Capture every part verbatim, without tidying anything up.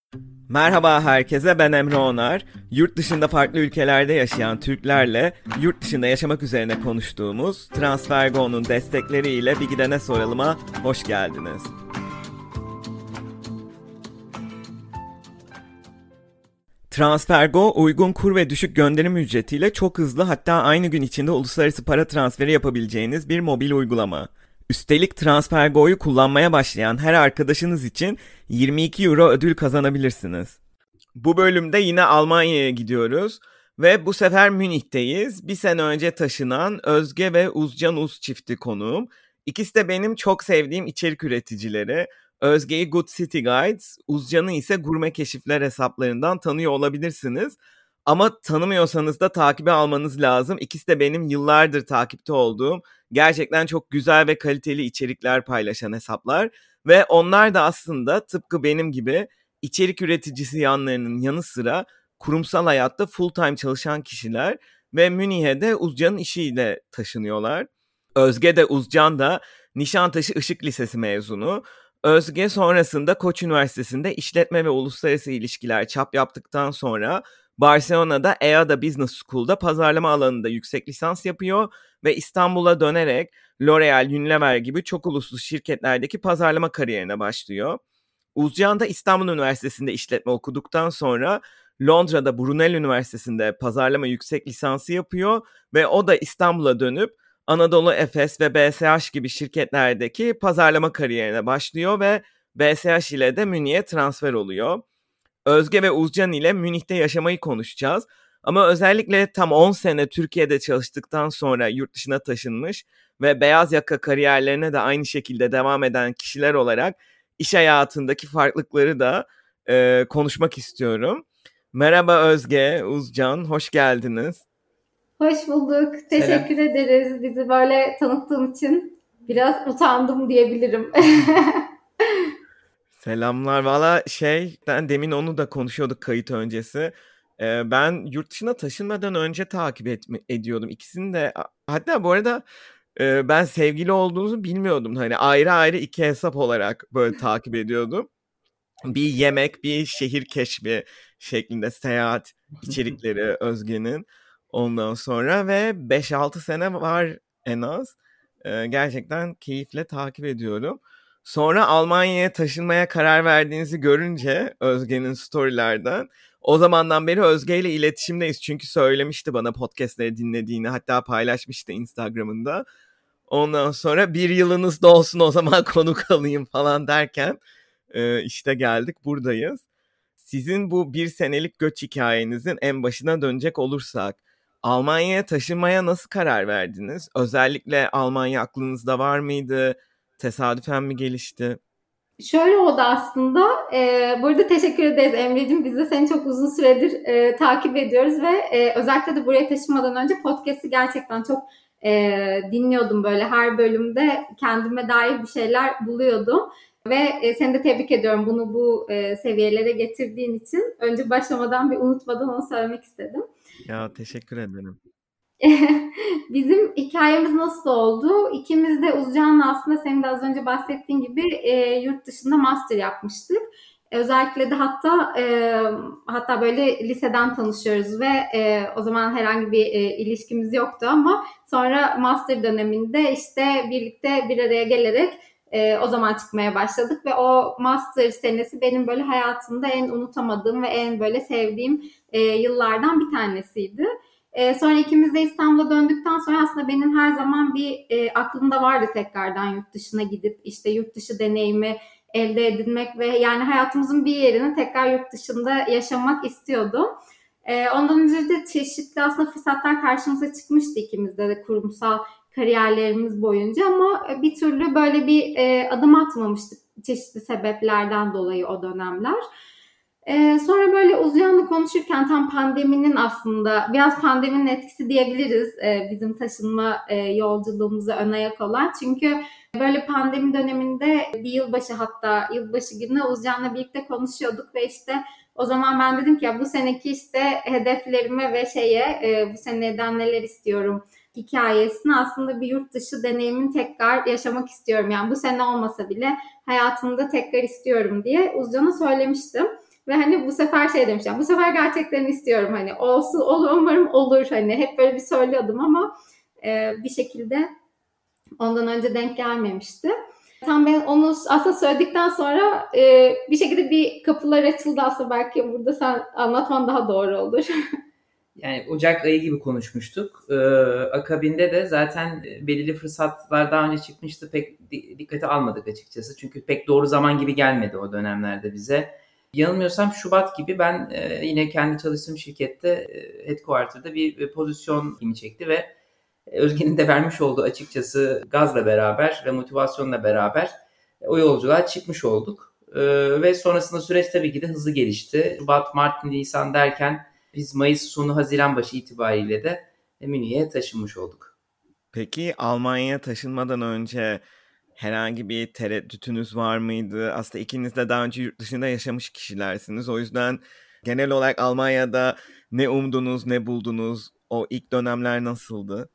Merhaba herkese, ben Emre Onar. Yurt dışında farklı ülkelerde yaşayan Türklerle yurt dışında yaşamak üzerine konuştuğumuz TransferGo'nun destekleriyle Bir Gidene Soralıma hoş geldiniz. TransferGo uygun kur ve düşük gönderim ücretiyle çok hızlı, hatta aynı gün içinde uluslararası para transferi yapabileceğiniz bir mobil uygulama. Üstelik TransferGo'yu kullanmaya başlayan her arkadaşınız için yirmi iki euro ödül kazanabilirsiniz. Bu bölümde yine Almanya'ya gidiyoruz ve bu sefer Münih'teyiz. Bir sene önce taşınan Özge ve Uzcan Uz çifti konuğum. İkisi de benim çok sevdiğim içerik üreticileri. Özge'yi Good City Guides, Uzcan'ı ise Gurme Keşifler hesaplarından tanıyor olabilirsiniz. Ama tanımıyorsanız da takibe almanız lazım. İkisi de benim yıllardır takipte olduğum, gerçekten çok güzel ve kaliteli içerikler paylaşan hesaplar. Ve onlar da aslında tıpkı benim gibi içerik üreticisi yanlarının yanı sıra kurumsal hayatta full time çalışan kişiler ve Münih'e de Uzcan'ın işiyle taşınıyorlar. Özge de Uzcan da Nişantaşı Işık Lisesi mezunu. Özge sonrasında Koç Üniversitesi'nde işletme ve uluslararası ilişkiler çap yaptıktan sonra Barcelona'da E A D A Business School'da pazarlama alanında yüksek lisans yapıyor ve İstanbul'a dönerek L'Oreal, Unilever gibi çok uluslu şirketlerdeki pazarlama kariyerine başlıyor. Uzcan da İstanbul Üniversitesi'nde işletme okuduktan sonra Londra'da Brunel Üniversitesi'nde pazarlama yüksek lisansı yapıyor ve o da İstanbul'a dönüp Anadolu Efes ve B S H gibi şirketlerdeki pazarlama kariyerine başlıyor ve B S H ile de Münih'e transfer oluyor. Özge ve Uzcan ile Münih'te yaşamayı konuşacağız. Ama özellikle tam on sene Türkiye'de çalıştıktan sonra yurt dışına taşınmış ve beyaz yaka kariyerlerine de aynı şekilde devam eden kişiler olarak iş hayatındaki farklılıkları da e, konuşmak istiyorum. Merhaba Özge, Uzcan, hoş geldiniz. Hoş bulduk. Selam. Teşekkür ederiz bizi böyle tanıttığın için. Biraz utandım diyebilirim. Selamlar. Valla şey, ben demin onu da konuşuyorduk kayıt öncesi. Ee, ben yurt dışına taşınmadan önce takip etme, ediyordum. İkisini de, hatta bu arada e, ben sevgili olduğunuzu bilmiyordum. Hani ayrı ayrı iki hesap olarak böyle takip ediyordum. Bir yemek, bir şehir keşfi şeklinde seyahat içerikleri Özge'nin. Ondan sonra ve beş altı sene var en az. Ee, gerçekten keyifle takip ediyorum. Sonra Almanya'ya taşınmaya karar verdiğinizi görünce Özge'nin storylerden, o zamandan beri Özge ile iletişimdeyiz. Çünkü söylemişti bana podcastleri dinlediğini, hatta paylaşmıştı Instagram'ında. Ondan sonra bir yılınız da olsun o zaman konuk alayım falan derken e, işte geldik, buradayız. Sizin bu bir senelik göç hikayenizin en başına dönecek olursak, Almanya'ya taşınmaya nasıl karar verdiniz? Özellikle Almanya aklınızda var mıydı? Tesadüfen mi gelişti? Şöyle oldu aslında. E, burada teşekkür ederiz Emre'cim. Biz de seni çok uzun süredir e, takip ediyoruz ve e, özellikle de buraya taşınmadan önce podcast'i gerçekten çok e, dinliyordum böyle. Her bölümde kendime dair bir şeyler buluyordum. Ve e, seni de tebrik ediyorum bunu bu e, seviyelere getirdiğin için. Önce başlamadan bir unutmadan onu söylemek istedim. Ya teşekkür ederim. Bizim hikayemiz nasıl oldu? İkimiz de Uzcan'la aslında senin de az önce bahsettiğin gibi e, yurt dışında master yapmıştık. E, özellikle de hatta e, hatta böyle liseden tanışıyoruz ve e, o zaman herhangi bir e, ilişkimiz yoktu ama sonra master döneminde işte birlikte bir araya gelerek e, o zaman çıkmaya başladık ve o master senesi benim böyle hayatımda en unutamadığım ve en böyle sevdiğim e, yıllardan bir tanesiydi. E, sonra ikimiz de İstanbul'a döndükten sonra aslında benim her zaman bir e, aklımda vardı tekrardan yurt dışına gidip işte yurt dışı deneyimi elde edinmek ve yani hayatımızın bir yerini tekrar yurt dışında yaşamak istiyordum. E, ondan önce de çeşitli aslında fırsatlar karşımıza çıkmıştı ikimizde de kurumsal kariyerlerimiz boyunca ama bir türlü böyle bir e, adım atmamıştık çeşitli sebeplerden dolayı o dönemler. Ee, sonra böyle Uzcan'la konuşurken tam pandeminin aslında biraz pandeminin etkisi diyebiliriz e, bizim taşınma e, yolculuğumuza ön ayak olan. Çünkü böyle pandemi döneminde bir yılbaşı hatta yılbaşı günü Uzcan'la birlikte konuşuyorduk ve işte o zaman ben dedim ki ya bu seneki işte hedeflerime ve şeye e, bu seneden neler istiyorum hikayesini aslında bir yurt dışı deneyimini tekrar yaşamak istiyorum. Yani bu sene olmasa bile hayatımda tekrar istiyorum diye Uzcan'a söylemiştim. Ve hani bu sefer şey demişler, bu sefer gerçekten istiyorum, hani olsun olur, umarım olur, hani hep böyle bir söylüyordum ama e, bir şekilde ondan önce denk gelmemişti. Tam ben onu aslında söyledikten sonra e, bir şekilde bir kapılar açıldı aslında, belki burada sen anlatman daha doğru olur. Yani Ocak ayı gibi konuşmuştuk. Ee, akabinde de zaten belirli fırsatlar daha önce çıkmıştı. Pek dikkate almadık açıkçası. Çünkü pek doğru zaman gibi gelmedi o dönemlerde bize. Yanılmıyorsam Şubat gibi ben e, yine kendi çalıştığım şirkette e, headquarter'da bir pozisyon ilgimi çekti ve Özge'nin de vermiş olduğu açıkçası gazla beraber ve motivasyonla beraber o yolculuğa çıkmış olduk. Ee, ve sonrasında süreç tabii ki de hızlı gelişti. Şubat, Mart, Nisan derken biz Mayıs sonu Haziran başı itibariyle de Münih'e taşınmış olduk. Peki Almanya'ya taşınmadan önce herhangi bir tereddütünüz var mıydı? Aslında ikiniz de daha önce yurt dışında yaşamış kişilersiniz. O yüzden genel olarak Almanya'da ne umdunuz, ne buldunuz? O ilk dönemler nasıldı?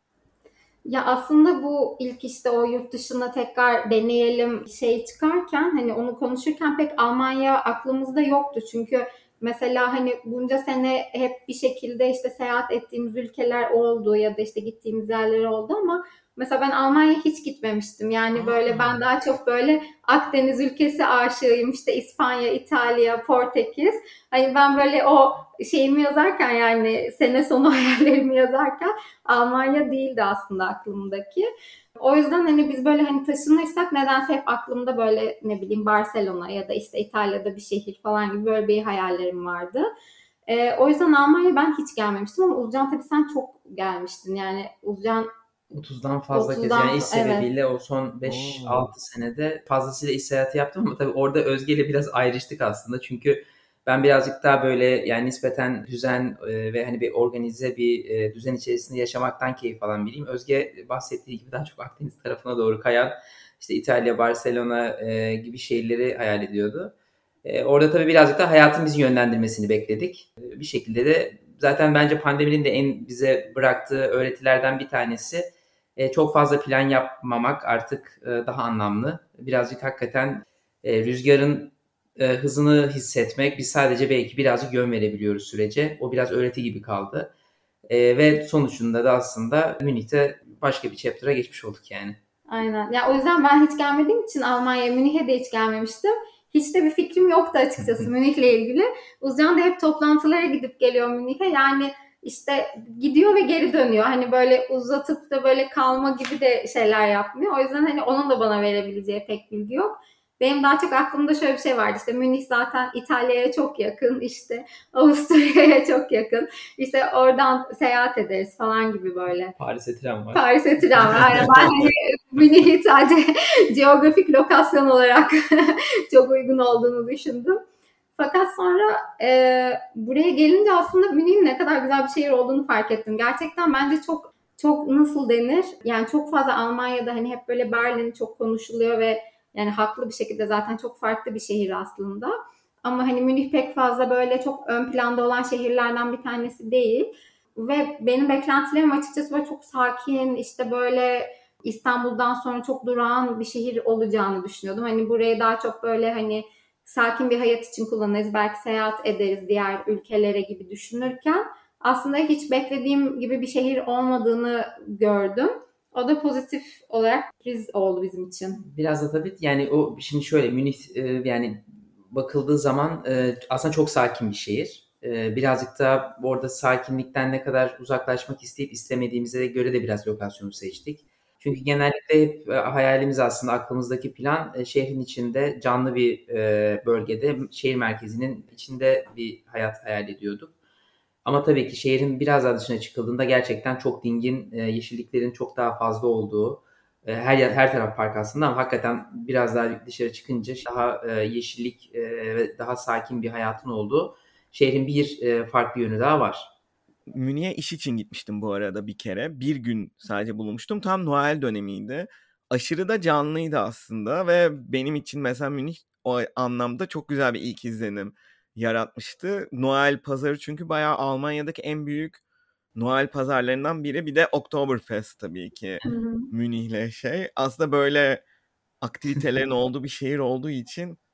Ya aslında bu ilk işte o yurt dışında tekrar deneyelim şey çıkarken, hani onu konuşurken pek Almanya aklımızda yoktu. Çünkü mesela hani bunca sene hep bir şekilde işte seyahat ettiğimiz ülkeler oldu ya da işte gittiğimiz yerler oldu ama mesela ben Almanya'ya hiç gitmemiştim. Yani böyle ben daha çok böyle Akdeniz ülkesi aşığıyım. İşte İspanya, İtalya, Portekiz. Hani ben böyle o şeyimi yazarken, yani sene sonu hayallerimi yazarken Almanya değildi aslında aklımdaki. O yüzden hani biz böyle hani taşınırsak nedense hep aklımda böyle ne bileyim Barcelona ya da işte İtalya'da bir şehir falan gibi böyle bir hayallerim vardı. Ee, o yüzden Almanya'ya ben hiç gelmemiştim ama Uzcan tabii sen çok gelmiştin. Yani Uzcan otuzdan fazla kez, otuzdan yani iş evet. sebebiyle o son beş Oo. altı senede fazlasıyla iş seyahati yaptım ama tabii orada Özge ile biraz ayrıştık aslında. Çünkü ben birazcık daha böyle yani nispeten düzen e, ve hani bir organize bir e, düzen içerisinde yaşamaktan keyif alan biriyim. Özge bahsettiği gibi daha çok Akdeniz tarafına doğru kayan, işte İtalya, Barcelona e, gibi şehirleri hayal ediyordu. E, orada tabii birazcık da hayatın bizi yönlendirmesini bekledik. E, bir şekilde de zaten bence pandeminin de en bize bıraktığı öğretilerden bir tanesi, e, çok fazla plan yapmamak artık e, daha anlamlı. Birazcık hakikaten e, rüzgarın e, hızını hissetmek. Biz sadece belki birazcık yön verebiliyoruz sürece. O biraz öğreti gibi kaldı. E, ve sonucunda da aslında Münih'te başka bir chapter'a geçmiş olduk yani. Aynen. Ya o yüzden ben hiç gelmediğim için Almanya'ya, Münih'e de hiç gelmemiştim. Hiç de bir fikrim yoktu açıkçası Münih'le ilgili. Uzcan da hep toplantılara gidip geliyor Münih'e. Yani işte gidiyor ve geri dönüyor. Hani böyle uzatıp da böyle kalma gibi de şeyler yapmıyor. O yüzden hani onun da bana verebileceği pek bilgi yok. Benim daha çok aklımda şöyle bir şey vardı. İşte Münih zaten İtalya'ya çok yakın, işte Avusturya'ya çok yakın. İşte oradan seyahat ederiz falan gibi böyle. Paris'e tren var. Paris'e tren var. Aynen. Ben hani Münih'i sadece geografik lokasyon olarak çok uygun olduğunu düşündüm. Fakat sonra e, buraya gelince aslında Münih'in ne kadar güzel bir şehir olduğunu fark ettim. Gerçekten bence çok çok nasıl denir? Yani çok fazla Almanya'da hani hep böyle Berlin çok konuşuluyor ve yani haklı bir şekilde zaten çok farklı bir şehir aslında. Ama hani Münih pek fazla böyle çok ön planda olan şehirlerden bir tanesi değil. Ve benim beklentilerim açıkçası böyle çok sakin, işte böyle İstanbul'dan sonra çok durağan bir şehir olacağını düşünüyordum. Hani burayı daha çok böyle hani sakin bir hayat için kullanırız, belki seyahat ederiz diğer ülkelere gibi düşünürken aslında hiç beklediğim gibi bir şehir olmadığını gördüm. O da pozitif olarak sürpriz oldu bizim için. Biraz da tabii yani o şimdi şöyle Münih e, yani bakıldığı zaman e, aslında çok sakin bir şehir. E, birazcık da orada sakinlikten ne kadar uzaklaşmak isteyip istemediğimize göre de biraz lokasyonu seçtik. Çünkü genellikle hep e, hayalimiz aslında aklımızdaki plan e, şehrin içinde canlı bir e, bölgede, şehir merkezinin içinde bir hayat hayal ediyorduk. Ama tabii ki şehrin biraz daha dışına çıkıldığında gerçekten çok dingin, e, yeşilliklerin çok daha fazla olduğu, e, her yer, her taraf park aslında ama hakikaten biraz daha dışarı çıkınca daha e, yeşillik e, ve daha sakin bir hayatın olduğu şehrin bir e, farklı yönü daha var. Münih'e iş için gitmiştim bu arada bir kere. Bir gün sadece bulunmuştum. Tam Noel dönemiydi. Aşırı da canlıydı aslında ve benim için mesela Münih o anlamda çok güzel bir ilk izlenim yaratmıştı. Noel pazarı çünkü bayağı Almanya'daki en büyük Noel pazarlarından biri. Bir de Oktoberfest tabii ki Hı hı. Münih'le şey. Aslında böyle aktivitelerin olduğu bir şehir olduğu için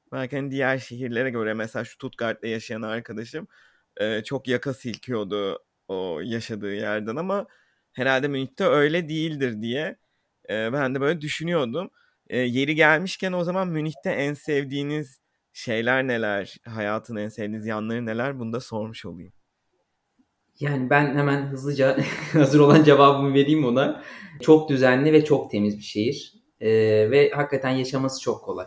Belki hani diğer şehirlere göre mesela Stuttgart'ta yaşayan arkadaşım e, çok yaka silkiyordu o yaşadığı yerden ama herhalde Münih'te öyle değildir diye e, ben de böyle düşünüyordum. E, yeri gelmişken o zaman Münih'te en sevdiğiniz şeyler neler? Hayatın en sevdiğiniz yanları neler? Bunu da sormuş olayım. Yani ben hemen hızlıca hazır olan cevabımı vereyim ona. Çok düzenli ve çok temiz bir şehir. Ee, ve hakikaten yaşaması çok kolay.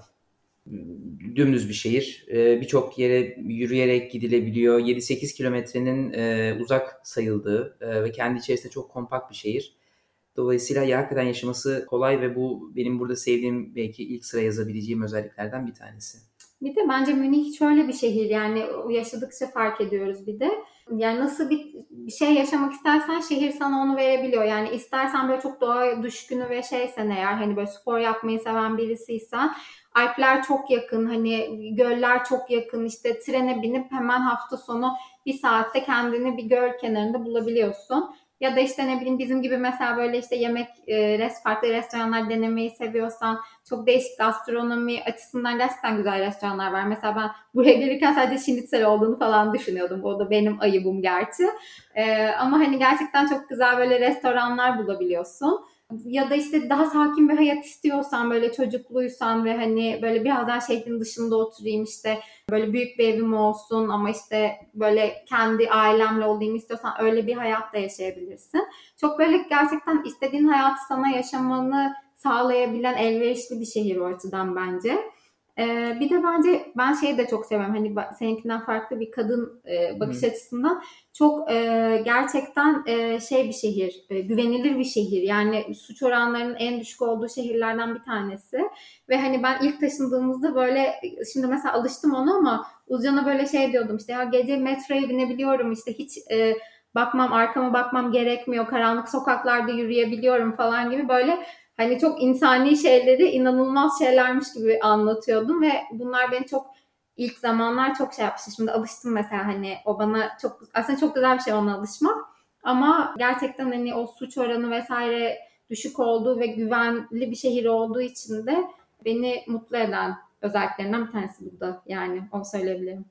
Dümdüz bir şehir. Ee, birçok yere yürüyerek gidilebiliyor. yedi sekiz kilometrenin e, uzak sayıldığı e, ve kendi içerisinde çok kompakt bir şehir. Dolayısıyla ya, hakikaten yaşaması kolay ve bu benim burada sevdiğim, belki ilk sıra yazabileceğim özelliklerden bir tanesi. Bir de bence Münih şöyle bir şehir, yani yaşadıkça fark ediyoruz bir de. Yani nasıl bir, bir şey yaşamak istersen şehir sana onu verebiliyor. Yani istersen böyle çok doğa düşkünü ve şeysen, eğer hani böyle spor yapmayı seven birisiysen, Alpler çok yakın, hani göller çok yakın, işte trene binip hemen hafta sonu bir saatte kendini bir göl kenarında bulabiliyorsun. Ya da işte ne bileyim, bizim gibi mesela böyle işte yemek, e, rest, farklı restoranlar denemeyi seviyorsan, çok değişik gastronomi açısından gerçekten güzel restoranlar var. Mesela ben buraya gelirken sadece şinitzel olduğunu falan düşünüyordum. O da benim ayıbım gerçi. Ee, ama hani gerçekten çok güzel böyle restoranlar bulabiliyorsun. Ya da işte daha sakin bir hayat istiyorsan, böyle çocukluysan ve hani böyle biraz daha şehrin dışında oturayım, işte böyle büyük bir evim olsun ama işte böyle kendi ailemle olayım istiyorsan, öyle bir hayat da yaşayabilirsin. Çok böyle gerçekten istediğin hayatı sana yaşamanı sağlayabilen elverişli bir şehir o açıdan bence. Ee, bir de bence ben şeyi de çok seviyorum. Hani seninkinden farklı bir kadın e, bakış Hı. açısından çok e, gerçekten e, şey bir şehir, e, güvenilir bir şehir. Yani suç oranlarının en düşük olduğu şehirlerden bir tanesi. Ve hani ben ilk taşındığımızda böyle, şimdi mesela alıştım ona ama Uzcan'a böyle şey diyordum, işte ya gece metroya binebiliyorum, işte hiç e, bakmam, arkama bakmam gerekmiyor, karanlık sokaklarda yürüyebiliyorum falan gibi, böyle hani çok insani şeyleri inanılmaz şeylermiş gibi anlatıyordum ve bunlar beni çok ilk zamanlar çok şey yapmıştı. Şimdi alıştım mesela, hani o bana çok, aslında çok güzel bir şey ona alışmak. Ama gerçekten hani o suç oranı vesaire düşük olduğu ve güvenli bir şehir olduğu için de beni mutlu eden özelliklerinden bir tanesi bu da. Yani onu söyleyebilirim.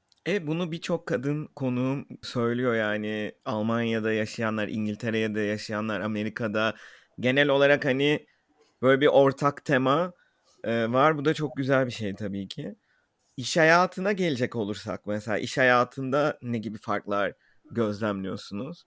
E bunu birçok kadın konuğum söylüyor yani Almanya'da yaşayanlar, İngiltere'de yaşayanlar, Amerika'da genel olarak hani böyle bir ortak tema e, var. Bu da çok güzel bir şey tabii ki. İş hayatına gelecek olursak mesela iş hayatında ne gibi farklar gözlemliyorsunuz?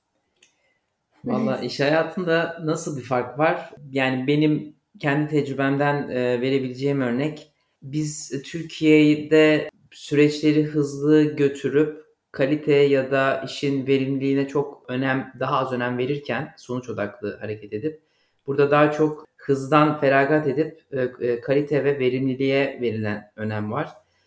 Valla iş hayatında nasıl bir fark var? Yani benim kendi tecrübemden e, verebileceğim örnek, biz Türkiye'de süreçleri hızlı götürüp kaliteye ya da işin verimliliğine çok önem, daha az önem verirken, sonuç odaklı hareket edip burada daha çok hızdan feragat edip e, e, kalite ve verimliliğe verilen önem var.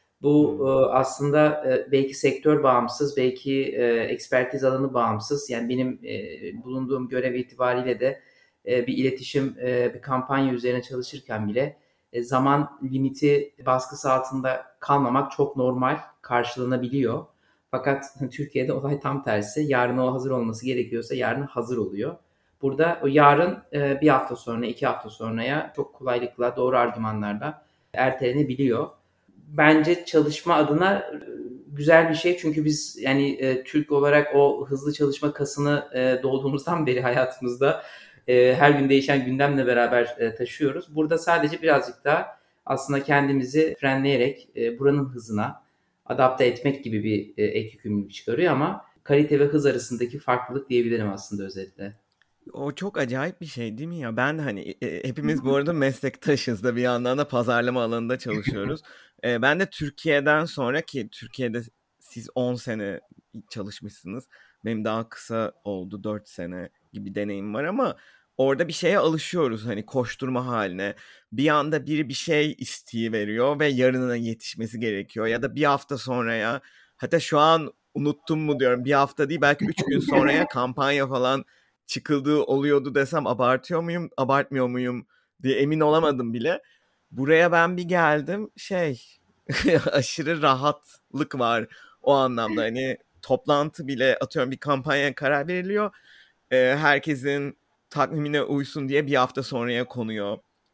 Bu Hmm. e, aslında e, belki sektör bağımsız, belki e, ekspertiz alanı bağımsız. Yani benim e, bulunduğum görev itibariyle de e, bir iletişim, e, bir kampanya üzerine çalışırken bile e, zaman limiti baskısı altında kalmamak çok normal, karşılanabiliyor. Fakat Türkiye'de olay tam tersi. Yarın o hazır olması gerekiyorsa yarın hazır oluyor. Burada o yarın e, bir hafta sonra, iki hafta sonraya çok kolaylıkla, doğru argümanlarla ertelenebiliyor. Bence çalışma adına e, güzel bir şey, çünkü biz yani e, Türk olarak o hızlı çalışma kasını e, doğduğumuzdan beri hayatımızda e, her gün değişen gündemle beraber e, taşıyoruz. Burada sadece birazcık daha aslında kendimizi frenleyerek e, buranın hızına adapte etmek gibi bir e, ek yükümlülük çıkarıyor ama kalite ve hız arasındaki farklılık diyebilirim aslında özetle. O çok acayip bir şey değil mi ya? Ben de hani e, e, hepimiz bu arada meslektaşız da bir yandan da pazarlama alanında çalışıyoruz. E, ben de Türkiye'den sonra, ki Türkiye'de siz on sene çalışmışsınız. Benim daha kısa oldu, dört sene gibi deneyim var ama orada bir şeye alışıyoruz hani koşturma haline. Bir anda biri bir şey isteyiveriyor ve yarına yetişmesi gerekiyor ya da bir hafta sonraya, hatta şu an unuttum mu diyorum, bir hafta değil belki üç gün sonraya kampanya falan çıkıldığı oluyordu desem abartıyor muyum, abartmıyor muyum diye emin olamadım bile. Buraya ben bir geldim, şey aşırı rahatlık var o anlamda. Hani toplantı bile, atıyorum bir kampanyaya karar veriliyor. Ee, herkesin takvimine uysun diye bir hafta sonraya konuyor.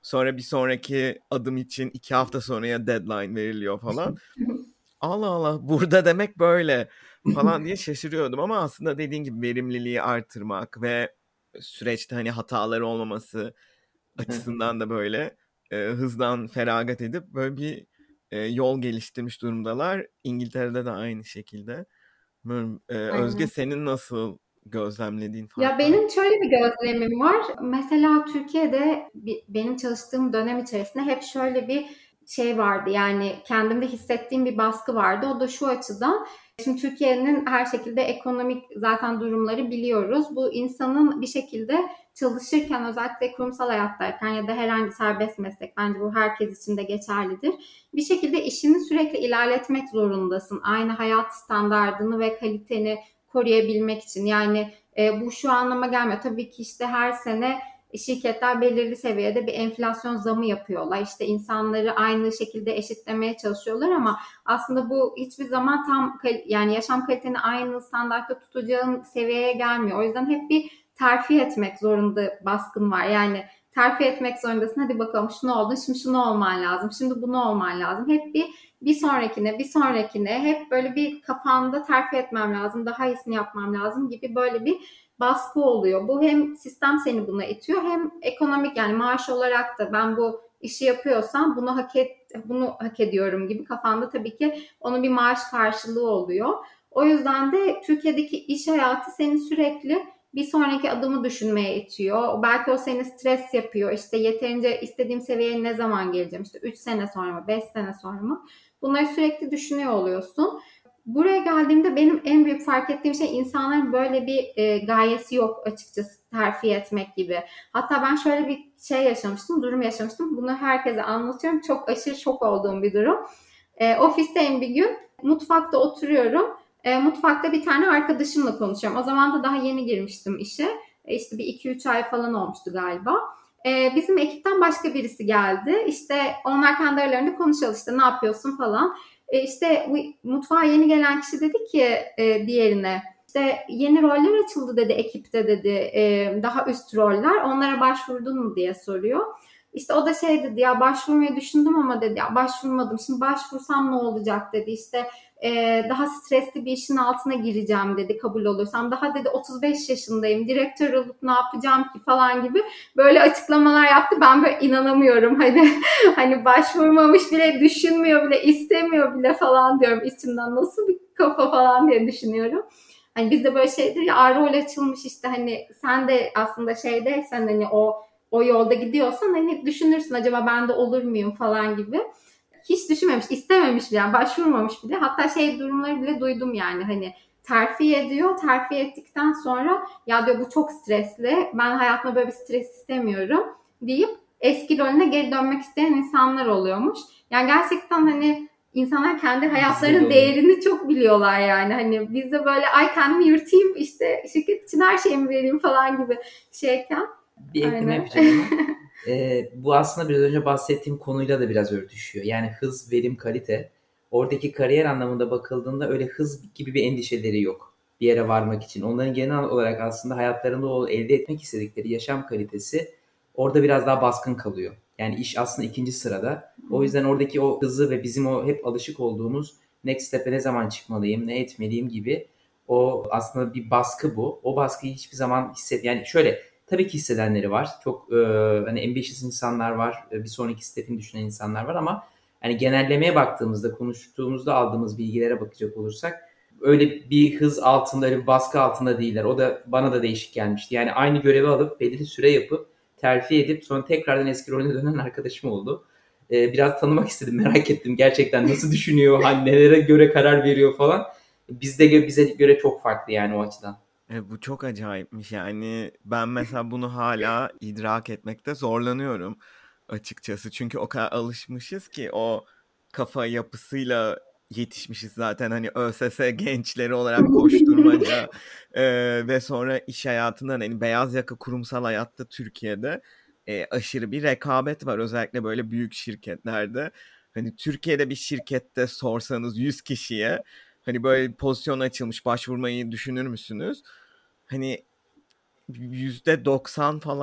Sonra bir sonraki adım için iki hafta sonraya deadline veriliyor falan. Allah Allah, burada demek böyle falan diye şaşırıyordum ama aslında dediğin gibi verimliliği artırmak ve süreçte hani hataları olmaması açısından da böyle e, hızdan feragat edip böyle bir e, yol geliştirmiş durumdalar. İngiltere'de de aynı şekilde. Bilmiyorum, e, Özge, Aynen. senin nasıl gözlemlediğin Ya farklar? benim şöyle bir gözlemim var. Mesela Türkiye'de bi- benim çalıştığım dönem içerisinde hep şöyle bir şey vardı. Yani kendimde hissettiğim bir baskı vardı. O da şu açıdan. Şimdi Türkiye'nin her şekilde ekonomik zaten durumları biliyoruz. Bu insanın bir şekilde çalışırken, özellikle kurumsal hayattayken ya da herhangi serbest meslek, bence bu herkes için de geçerlidir. Bir şekilde işini sürekli ilerletmek zorundasın. Aynı hayat standardını ve kaliteni koruyabilmek için. Yani e, bu şu anlama gelmiyor. Tabii ki işte her sene şirketler belirli seviyede bir enflasyon zamı yapıyorlar. İşte insanları aynı şekilde eşitlemeye çalışıyorlar ama aslında bu hiçbir zaman tam yani yaşam kaliteni aynı standartta tutacağın seviyeye gelmiyor. O yüzden hep bir terfi etmek zorunda baskın var. Yani terfi etmek zorundasın. Hadi bakalım şunu oldu, şimdi şunu olman lazım, şimdi bunu olman lazım. Hep bir bir sonrakine, bir sonrakine hep böyle bir kafanda terfi etmem lazım, daha iyisini yapmam lazım gibi böyle bir baskı oluyor. Bu hem sistem seni buna itiyor hem ekonomik, yani maaş olarak da ben bu işi yapıyorsam bunu hak et, bunu hak ediyorum gibi kafanda tabii ki onun bir maaş karşılığı oluyor. O yüzden de Türkiye'deki iş hayatı seni sürekli bir sonraki adımı düşünmeye itiyor. Belki o seni stres yapıyor. İşte yeterince istediğim seviyeye ne zaman geleceğim? İşte üç sene sonra mı, beş sene sonra mı? Bunları sürekli düşünüyor oluyorsun. Buraya geldiğimde benim en büyük fark ettiğim şey, insanların böyle bir e, gayesi yok açıkçası, terfi etmek gibi. Hatta ben şöyle bir şey yaşamıştım, durum yaşamıştım. Bunu herkese anlatıyorum. Çok aşırı şok olduğum bir durum. E, ofisteyim bir gün. Mutfakta oturuyorum. E, mutfakta bir tane arkadaşımla konuşuyorum. O zaman da daha yeni girmiştim işe. E, işte bir iki üç ay falan olmuştu galiba. E, bizim ekipten başka birisi geldi. İşte onlar kendi aralarında konuşuyor, işte ne yapıyorsun falan. E, işte bu mutfağa yeni gelen kişi dedi ki e, diğerine, işte yeni roller açıldı dedi ekipte dedi, e, daha üst roller, onlara başvurdun mu diye soruyor. İşte o da şey dedi, ya başvurmayı düşündüm ama dedi ya başvurmadım, şimdi başvursam ne olacak dedi, işte e, daha stresli bir işin altına gireceğim dedi kabul olursam, daha dedi otuz beş yaşındayım, direktör olup ne yapacağım ki falan gibi böyle açıklamalar yaptı. Ben böyle inanamıyorum, hani hani başvurmamış bile, düşünmüyor bile, istemiyor bile falan diyorum içimden, nasıl bir kafa falan diye düşünüyorum. Hani bizde böyle şeydir ya, rol açılmış işte, hani sen de aslında şeydeysen, hani o o yolda gidiyorsan hani düşünürsün, acaba ben de olur muyum falan gibi. Hiç düşünmemiş, istememiş bile, yani başvurmamış bile. Hatta şey durumları bile duydum, yani hani terfi ediyor. Terfi ettikten sonra ya diyor bu çok stresli, ben hayatımda böyle bir stres istemiyorum deyip eski rolüne geri dönmek isteyen insanlar oluyormuş. Yani gerçekten hani insanlar kendi Bizde de hayatlarının oluyor. değerini çok biliyorlar yani. Hani bizde böyle ay kendimi yırtayım, işte şirket için her şeyimi vereyim falan gibi şeyken. Bir ekleme Aynen. yapacağım ama. Ee, bu aslında biraz önce bahsettiğim konuyla da biraz örtüşüyor. Yani hız, verim, kalite. Oradaki kariyer anlamında bakıldığında öyle hız gibi bir endişeleri yok bir yere varmak için. Onların genel olarak aslında hayatlarında o elde etmek istedikleri yaşam kalitesi orada biraz daha baskın kalıyor. Yani iş aslında ikinci sırada. O yüzden oradaki o hızı ve bizim o hep alışık olduğumuz next step'e ne zaman çıkmalıyım, ne etmeliyim gibi o aslında bir baskı bu. O baskıyı hiçbir zaman hisset, yani şöyle, tabii ki hissedenleri var. Çok e, hani ambitious insanlar var. E, bir sonraki step'ini düşünen insanlar var ama hani genellemeye baktığımızda, konuştuğumuzda aldığımız bilgilere bakacak olursak öyle bir hız altında, öyle bir baskı altında değiller. O da bana da değişik gelmişti. Yani aynı görevi alıp belirli süre yapıp terfi edip sonra tekrardan eski rolüne dönen arkadaşım oldu. E, biraz tanımak istedim, merak ettim. Gerçekten nasıl düşünüyor, hani nelere göre karar veriyor falan. Bizde bize göre çok farklı yani o açıdan. E, bu çok acayipmiş yani, ben mesela bunu hala idrak etmekte zorlanıyorum açıkçası. Çünkü o kadar alışmışız ki o kafa yapısıyla yetişmişiz zaten, hani ÖSS gençleri olarak koşturmaca e, ve sonra iş hayatından, hani beyaz yaka kurumsal hayatta Türkiye'de e, aşırı bir rekabet var, özellikle böyle büyük şirketlerde. Hani Türkiye'de bir şirkette sorsanız yüz kişiye hani böyle bir pozisyon açılmış, başvurmayı düşünür müsünüz? Hani yüzde doksan falan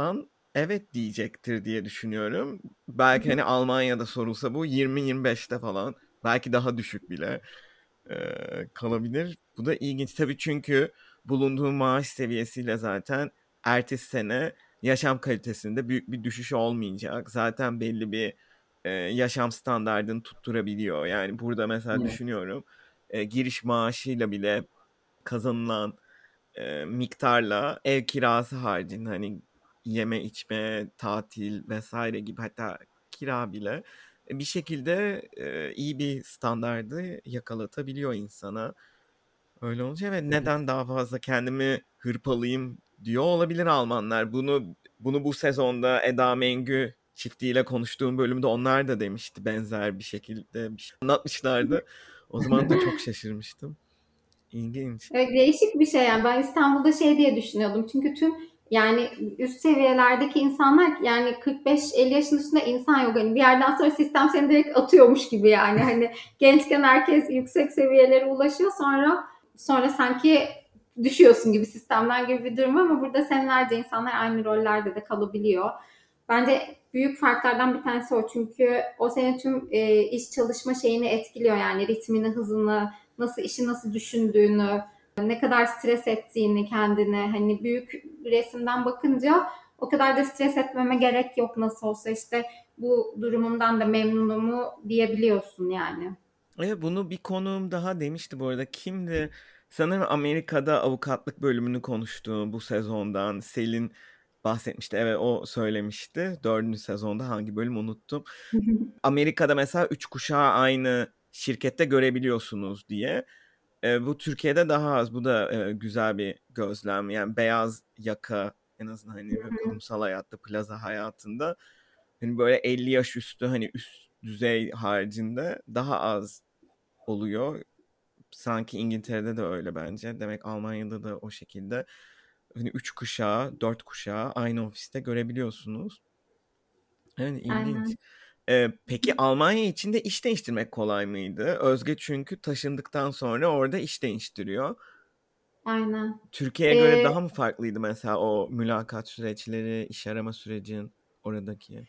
evet diyecektir diye düşünüyorum. Belki hani Almanya'da sorulsa bu yirmi yirmi beşte falan, belki daha düşük bile e, kalabilir. Bu da ilginç tabii, çünkü bulunduğu maaş seviyesiyle zaten ertesi sene yaşam kalitesinde büyük bir düşüş olmayacak. Zaten belli bir e, yaşam standardını tutturabiliyor. Yani burada mesela Evet. düşünüyorum, e, giriş maaşıyla bile kazanılan e, miktarla ev kirası haricinde hani yeme içme, tatil vesaire gibi, hatta kira bile e, bir şekilde e, iyi bir standardı yakalatabiliyor insana. Öyle olunca ve Evet. neden daha fazla kendimi hırpalayayım diyor olabilir Almanlar. Bunu bunu bu sezonda Eda Mengü çiftiyle konuştuğum bölümde onlar da demişti, benzer bir şekilde bir şey anlatmışlardı. O zaman da çok şaşırmıştım. İlginç. Evet, değişik bir şey yani. Ben İstanbul'da şey diye düşünüyordum. Çünkü tüm yani üst seviyelerdeki insanlar yani kırk beş elli yaşın üstünde insan yok. Hani bir yerden sonra sistem seni direkt atıyormuş gibi yani. Hani gençken herkes yüksek seviyelere ulaşıyor, sonra sonra sanki düşüyorsun gibi sistemden gibi bir durum, ama burada senelerce insanlar aynı rollerde de kalabiliyor. Bence büyük farklardan bir tanesi o. Çünkü o senin tüm e, iş çalışma şeyini etkiliyor, yani ritmini, hızını, nasıl işi nasıl düşündüğünü, ne kadar stres ettiğini kendine, hani büyük resimden bakınca o kadar da stres etmeme gerek yok, nasıl olsa işte bu durumumdan da memnunumu diyebiliyorsun yani. Evet, bunu bir konuğum daha demişti bu arada. Kimdi? Sanırım Amerika'da avukatlık bölümünü konuştuğu bu sezondan Selin bahsetmişti. Evet, o söylemişti. Dördüncü sezonda hangi bölüm unuttum. Amerika'da mesela üç kuşağı aynı şirkette görebiliyorsunuz diye. E, bu Türkiye'de daha az. Bu da e, güzel bir gözlem. Yani beyaz yaka, en azından hani böyle kurumsal hayatta, plaza hayatında hani böyle elli yaş üstü, hani üst düzey haricinde daha az oluyor. Sanki İngiltere'de de öyle bence. Demek Almanya'da da o şekilde. Hani üç kuşağı, dört kuşağı aynı ofiste görebiliyorsunuz. Evet, ilginç. Aynen. Ee, peki Almanya için de iş değiştirmek kolay mıydı? Özge çünkü taşındıktan sonra orada iş değiştiriyor. Aynen. Türkiye'ye göre Ee, daha mı farklıydı mesela o mülakat süreçleri, iş arama sürecin oradaki?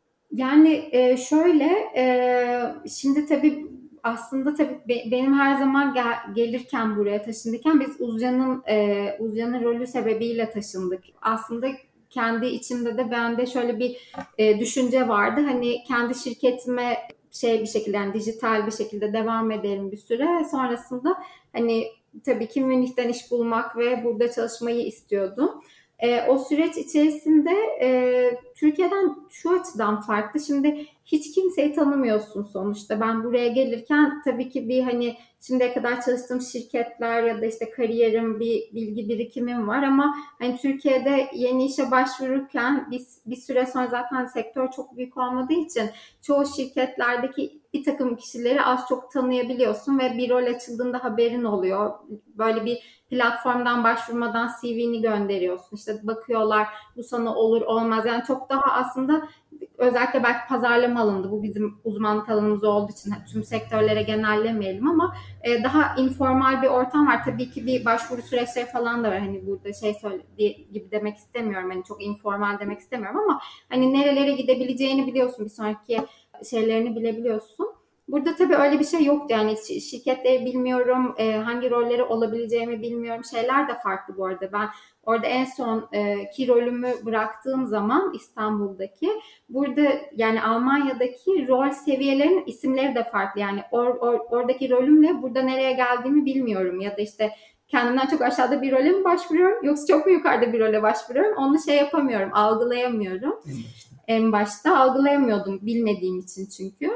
Yani e, şöyle, e, şimdi tabii aslında tabii be- benim her zaman gel- gelirken, buraya taşınırken biz Uzcan'ın e, Uzcan'ın rolü sebebiyle taşındık. Aslında kendi içimde de bende şöyle bir e, düşünce vardı. Hani kendi şirketime şey bir şekilde, yani dijital bir şekilde devam ederim bir süre. Sonrasında hani tabii ki Münih'ten iş bulmak ve burada çalışmayı istiyordum. E, o süreç içerisinde e, Türkiye'den şu açıdan farklı. Şimdi hiç kimseyi tanımıyorsun sonuçta. Ben buraya gelirken tabii ki bir hani şimdiye kadar çalıştığım şirketler ya da işte kariyerim, bir bilgi birikimim var, ama hani Türkiye'de yeni işe başvururken bir, bir süre sonra zaten sektör çok büyük olmadığı için çoğu şirketlerdeki bir takım kişileri az çok tanıyabiliyorsun ve bir rol açıldığında haberin oluyor. Böyle bir platformdan başvurmadan C V'ni gönderiyorsun. İşte bakıyorlar, bu sana olur olmaz. Yani çok daha aslında, özellikle belki pazarlama alanında, bu bizim uzmanlık alanımız olduğu için tüm sektörlere genellemeyelim, ama e, daha informal bir ortam var. Tabii ki bir başvuru süreçleri falan da var. Hani burada şey söylediği gibi demek istemiyorum. Hani çok informal demek istemiyorum, ama hani nerelere gidebileceğini biliyorsun. Bir sonraki şeylerini bilebiliyorsun. Burada tabii öyle bir şey yoktu. Yani şirketleri bilmiyorum, e, hangi rolleri olabileceğimi bilmiyorum. Şeyler de farklı bu arada. Ben orada en son e, ki rolümü bıraktığım zaman, İstanbul'daki, burada yani Almanya'daki rol seviyelerinin isimleri de farklı. Yani or, or, oradaki rolümle burada nereye geldiğimi bilmiyorum. Ya da işte kendimden çok aşağıda bir role mi başvuruyorum, yoksa çok mu yukarıda bir role başvuruyorum? Onu şey yapamıyorum, algılayamıyorum. En başta. En başta algılayamıyordum, bilmediğim için çünkü.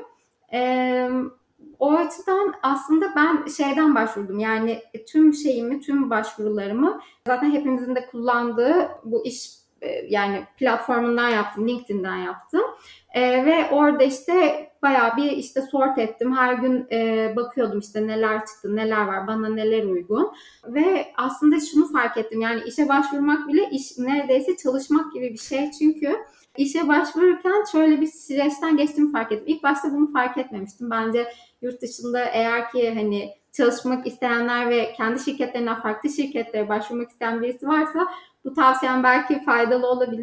Ee, O açıdan aslında ben şeyden başvurdum. Yani tüm şeyimi, tüm başvurularımı zaten hepimizin de kullandığı bu iş e, yani platformundan yaptım, LinkedIn'den yaptım. Ee, ve orada işte bayağı bir işte sort ettim. Her gün e, bakıyordum işte neler çıktı, neler var, bana neler uygun. Ve aslında şunu fark ettim. Yani işe başvurmak bile iş, neredeyse çalışmak gibi bir şey. Çünkü İşe başvururken şöyle bir süreçten geçtiğimi fark ettim. İlk başta bunu fark etmemiştim. Bence yurt dışında eğer ki hani çalışmak isteyenler ve kendi şirketlerinden farklı şirketlere başvurmak isteyen birisi varsa bu tavsiyem belki faydalı olabilir.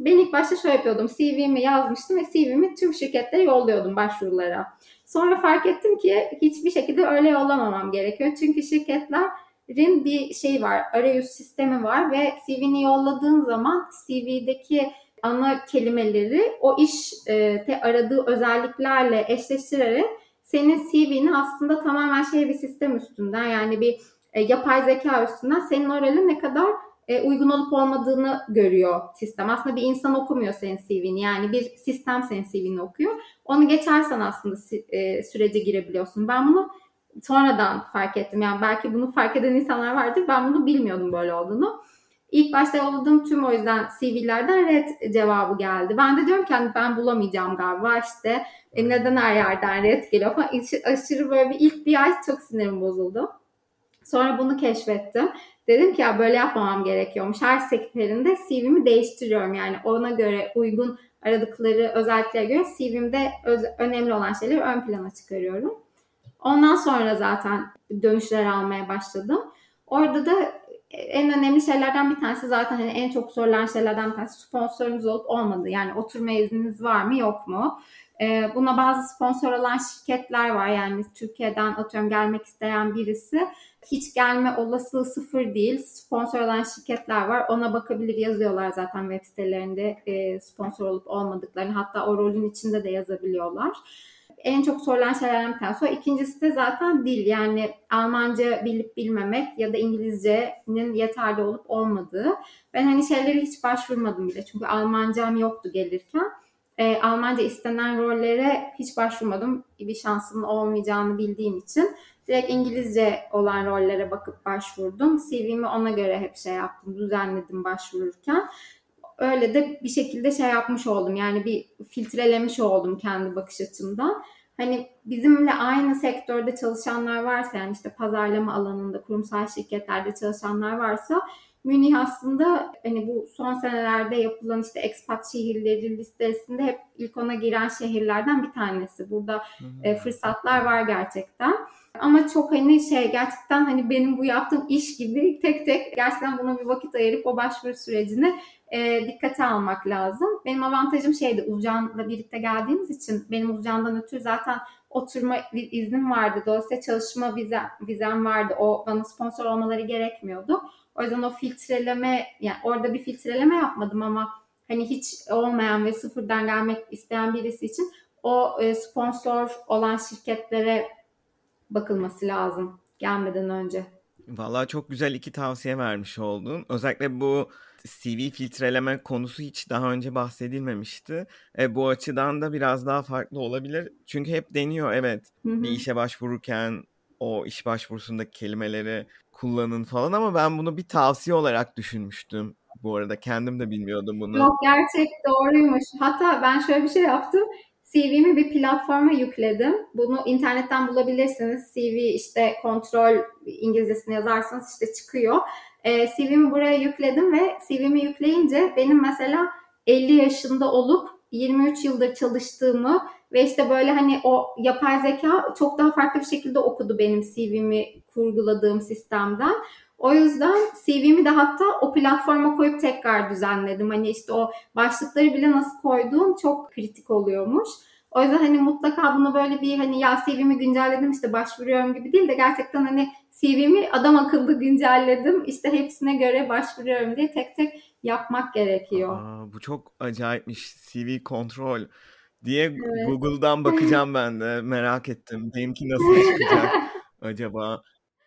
Ben ilk başta şöyle yapıyordum. C V'mi yazmıştım ve C V'mi tüm şirketlere yolluyordum, başvurulara. Sonra fark ettim ki hiçbir şekilde öyle yollamamam gerekiyor. Çünkü şirketlerin bir şey var, arayüz sistemi var ve C V'ni yolladığın zaman C V'deki ana kelimeleri o işte aradığı özelliklerle eşleştirerek senin C V'ni aslında tamamen şey bir sistem üstünden, yani bir e, yapay zeka üstünden senin o role ne kadar e, uygun olup olmadığını görüyor sistem. Aslında bir insan okumuyor senin C V'ni, yani bir sistem senin C V'ni okuyor. Onu geçersen aslında e, sürece girebiliyorsun. Ben bunu sonradan fark ettim. Yani belki bunu fark eden insanlar vardır. Ben bunu bilmiyordum böyle olduğunu. İlk başta yolladığım tüm o yüzden C V'lerden red cevabı geldi. Ben de diyorum ki hani ben bulamayacağım galiba, işte e, neden her yerden red geliyor falan. Aşırı böyle bir ilk bir ay çok sinirim bozuldu. Sonra bunu keşfettim. Dedim ki ya böyle yapmamam gerekiyormuş. Her seferinde C V'mi değiştiriyorum. Yani ona göre uygun aradıkları özelliklere göre C V'mde öz- önemli olan şeyleri ön plana çıkarıyorum. Ondan sonra zaten dönüşler almaya başladım. Orada da en önemli şeylerden bir tanesi, zaten hani en çok sorulan şeylerden bir tanesi, sponsorunuz olup olmadığı. Yani oturma izniniz var mı yok mu? Ee, buna bazı sponsor olan şirketler var. Yani Türkiye'den atıyorum gelmek isteyen birisi, hiç gelme olasılığı sıfır değil. Sponsor olan şirketler var. Ona bakabilir, yazıyorlar zaten web sitelerinde e, sponsor olup olmadıklarını. Hatta o rolün içinde de yazabiliyorlar. En çok sorulan şeylerden bir tanesi o. İkincisi de zaten dil, yani Almanca bilip bilmemek ya da İngilizcenin yeterli olup olmadığı. Ben hani şeylere hiç başvurmadım bile, çünkü Almancam yoktu gelirken. E, Almanca istenen rollere hiç başvurmadım. Bir şansımın olmayacağını bildiğim için. Direkt İngilizce olan rollere bakıp başvurdum. C V'mi ona göre hep şey yaptım, düzenledim başvururken. Öyle de bir şekilde şey yapmış oldum. Yani bir filtrelemiş oldum kendi bakış açımdan. Hani bizimle aynı sektörde çalışanlar varsa, yani işte pazarlama alanında, kurumsal şirketlerde çalışanlar varsa, Münih aslında hani bu son senelerde yapılan işte expat şehirleri listesinde hep ilk ona giren şehirlerden bir tanesi. Burada e, fırsatlar var gerçekten. Ama çok hani şey, gerçekten hani benim bu yaptığım iş gibi tek tek gerçekten buna bir vakit ayırıp o başvuru sürecini e, dikkate almak lazım. Benim avantajım şeydi, Uzcan'la birlikte geldiğimiz için benim Uzcan'dan ötürü zaten oturma iznim vardı. Dolayısıyla çalışma vizem, vizem vardı. O bana sponsor olmaları gerekmiyordu. O yüzden o filtreleme, yani orada bir filtreleme yapmadım ama hani hiç olmayan ve sıfırdan gelmek isteyen birisi için o e, sponsor olan şirketlere bakılması lazım gelmeden önce. Vallahi çok güzel iki tavsiye vermiş oldun. Özellikle bu C V filtreleme konusu hiç daha önce bahsedilmemişti. E, bu açıdan da biraz daha farklı olabilir. Çünkü hep deniyor, evet, Hı hı. bir işe başvururken o iş başvurusundaki kelimeleri kullanın falan, ama ben bunu bir tavsiye olarak düşünmüştüm. Bu arada kendim de bilmiyordum bunu. Yok, gerçek doğruymuş. Hatta ben şöyle bir şey yaptım. C V'mi bir platforma yükledim. Bunu internetten bulabilirsiniz. C V işte kontrol İngilizcesini yazarsanız işte çıkıyor. E, C V'mi buraya yükledim ve C V'mi yükleyince benim mesela elli yaşında olup yirmi üç yıldır çalıştığımı ve işte böyle hani o yapay zeka çok daha farklı bir şekilde okudu benim C V'mi kurguladığım sistemden. O yüzden C V'mi de hatta o platforma koyup tekrar düzenledim. Hani işte o başlıkları bile nasıl koyduğum çok kritik oluyormuş. O yüzden hani mutlaka bunu böyle bir hani ya C V'mi güncelledim işte başvuruyorum gibi değil de gerçekten hani C V'mi adam akıllı güncelledim, İşte hepsine göre başvuruyorum diye tek tek yapmak gerekiyor. Aa, bu çok acayipmiş. C V kontrol diye Evet. Google'dan bakacağım ben de. Merak ettim. Benimki nasıl çıkacak acaba?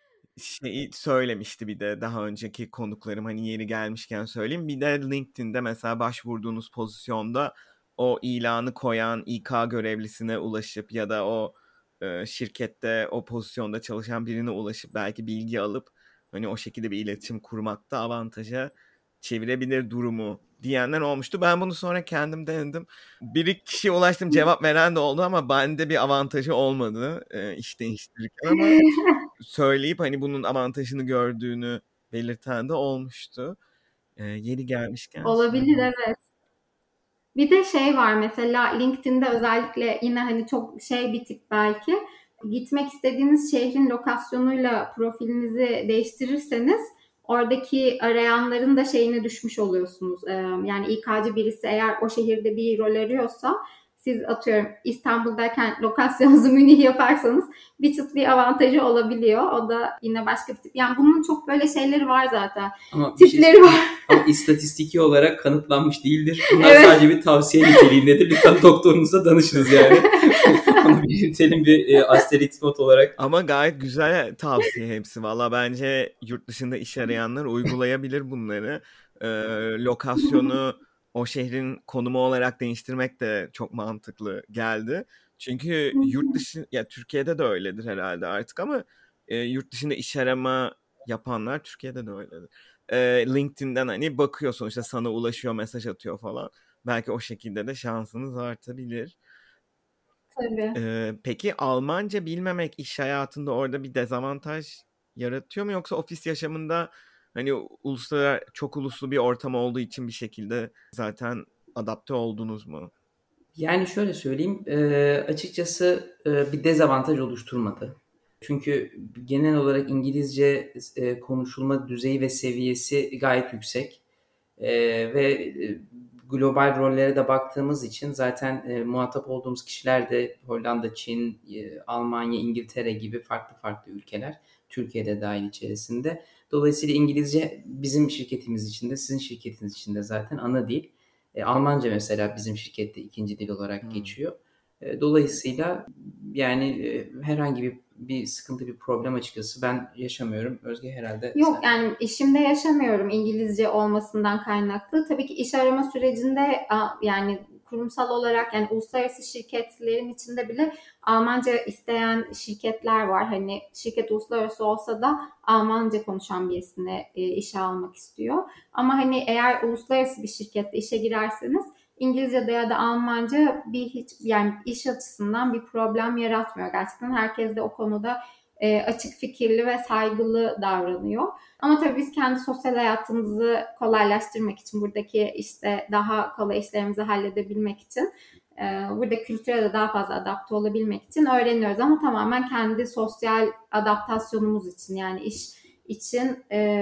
Şeyi söylemişti bir de daha önceki konuklarım, hani yeri gelmişken söyleyeyim. Bir de LinkedIn'de mesela başvurduğunuz pozisyonda o ilanı koyan İK görevlisine ulaşıp ya da o e, şirkette o pozisyonda çalışan birine ulaşıp belki bilgi alıp hani o şekilde bir iletişim kurmakta avantaja çevirebilir durumu diyenler olmuştu. Ben bunu sonra kendim denedim. Bir kişiye ulaştım, cevap veren de oldu ama bende bir avantajı olmadı e, iş değiştirirken, ama söyleyip hani bunun avantajını gördüğünü belirten de olmuştu. Ee, yeri gelmişken Olabilir, söyleyeyim. evet. Bir de şey var mesela LinkedIn'de özellikle, yine hani çok şey bir tip belki, gitmek istediğiniz şehrin lokasyonuyla profilinizi değiştirirseniz oradaki arayanların da şeyine düşmüş oluyorsunuz. Ee, yani İK'cı birisi eğer o şehirde bir rol arıyorsa, siz atıyorum İstanbul'dayken lokasyonunuzu Münih yaparsanız bir çıt bir avantajı olabiliyor. O da yine başka bir tip. Yani bunun çok böyle şeyleri var zaten. Ama Tipleri şey, var. Ama istatistiki olarak kanıtlanmış değildir. Bunlar Evet. sadece bir tavsiye niteliğindedir. Lütfen doktorunuza danışınız yani. Onu belirtelim bir e, Asterix not olarak. Ama gayet güzel tavsiye hepsi. Valla bence yurt dışında iş arayanlar uygulayabilir bunları. Ee, lokasyonu o şehrin konumu olarak değiştirmek de çok mantıklı geldi. Çünkü yurt dışı, ya Türkiye'de de öyledir herhalde artık ama e, yurt dışında iş arama yapanlar Türkiye'de de öyledir. E, LinkedIn'den hani bakıyorsun, işte sana ulaşıyor, mesaj atıyor falan. Belki o şekilde de şansınız artabilir. Tabii. Ee, peki Almanca bilmemek iş hayatında orada bir dezavantaj yaratıyor mu, yoksa ofis yaşamında hani uluslararası, çok uluslu bir ortam olduğu için bir şekilde zaten adapte oldunuz mu? Yani şöyle söyleyeyim, e, açıkçası e, bir dezavantaj oluşturmadı. Çünkü genel olarak İngilizce e, konuşulma düzeyi ve seviyesi gayet yüksek. E, ve e, global rollere de baktığımız için zaten e, muhatap olduğumuz kişiler de Hollanda, Çin, e, Almanya, İngiltere gibi farklı farklı ülkeler. Türkiye'de dahil içerisinde. Dolayısıyla İngilizce bizim şirketimiz için de sizin şirketiniz için de zaten ana dil. E, Almanca mesela bizim şirkette ikinci dil olarak hmm. geçiyor. E, dolayısıyla yani e, herhangi bir bir sıkıntı, bir problem açıkçası ben yaşamıyorum. Özge herhalde... Yok sen... yani işimde yaşamıyorum İngilizce olmasından kaynaklı. Tabii ki iş arama sürecinde yani kurumsal olarak, yani uluslararası şirketlerin içinde bile Almanca isteyen şirketler var. Hani şirket uluslararası olsa da Almanca konuşan birisini e, işe almak istiyor. Ama hani eğer uluslararası bir şirkette işe girerseniz İngilizce'de ya da Almanca bir hiç yani iş açısından bir problem yaratmıyor. Gerçekten herkes de o konuda e, açık fikirli ve saygılı davranıyor. Ama tabii biz kendi sosyal hayatımızı kolaylaştırmak için, buradaki işte daha kolay işlerimizi halledebilmek için, e, burada kültüre de daha fazla adapte olabilmek için öğreniyoruz. Ama tamamen kendi sosyal adaptasyonumuz için, yani iş için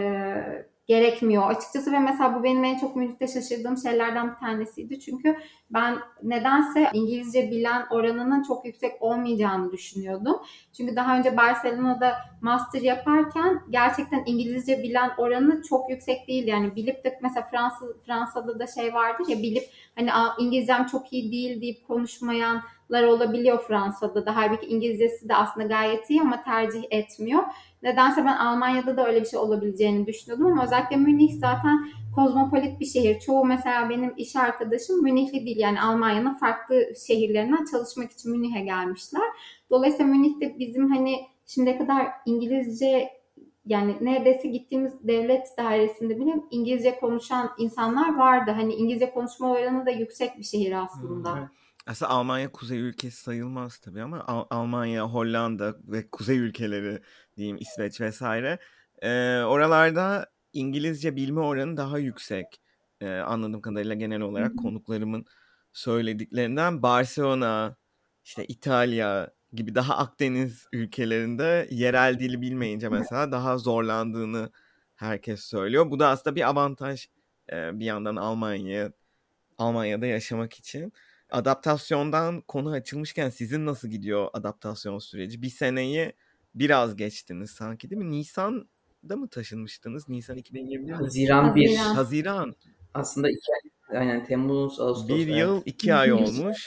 e, gerekmiyor açıkçası. Ve mesela bu benim en çok Münih'te şaşırdığım şeylerden bir tanesiydi. Çünkü ben nedense İngilizce bilen oranının çok yüksek olmayacağını düşünüyordum. Çünkü daha önce Barcelona'da master yaparken gerçekten İngilizce bilen oranı çok yüksek değil. Yani bilip de mesela Fransa, Fransa'da da şey vardır ya, bilip hani İngilizcem çok iyi değil deyip konuşmayanlar olabiliyor Fransa'da da. Halbuki İngilizcesi de aslında gayet iyi ama tercih etmiyor. Nedense ben Almanya'da da öyle bir şey olabileceğini düşünüyordum ama özellikle Münih zaten kozmopolit bir şehir. Çoğu mesela benim iş arkadaşım Münihli değil. Yani Almanya'nın farklı şehirlerinden çalışmak için Münih'e gelmişler. Dolayısıyla Münih'te bizim hani şimdiye kadar İngilizce, yani neredeyse gittiğimiz devlet dairesinde bile İngilizce konuşan insanlar vardı. Hani İngilizce konuşma oranı da yüksek bir şehir aslında. Hmm. Aslında Almanya kuzey ülkesi sayılmaz tabii ama Al- Almanya, Hollanda ve kuzey ülkeleri diyeyim, İsveç vesaire. Ee, oralarda İngilizce bilme oranı daha yüksek. Ee, anladığım kadarıyla genel olarak Hı-hı. konuklarımın söylediklerinden. Barcelona, işte İtalya gibi daha Akdeniz ülkelerinde yerel dili bilmeyince mesela daha zorlandığını herkes söylüyor. Bu da aslında bir avantaj e, bir yandan Almanya Almanya'da yaşamak için. Adaptasyondan konu açılmışken sizin nasıl gidiyor adaptasyon süreci? Bir seneyi biraz geçtiniz sanki, değil mi? Nisan'da mı taşınmıştınız? Nisan iki bin yirmi Haziran bir. Haziran. Aslında iki ay, aynen Temmuz, Ağustos. Bir evet. yıl iki ay olmuş.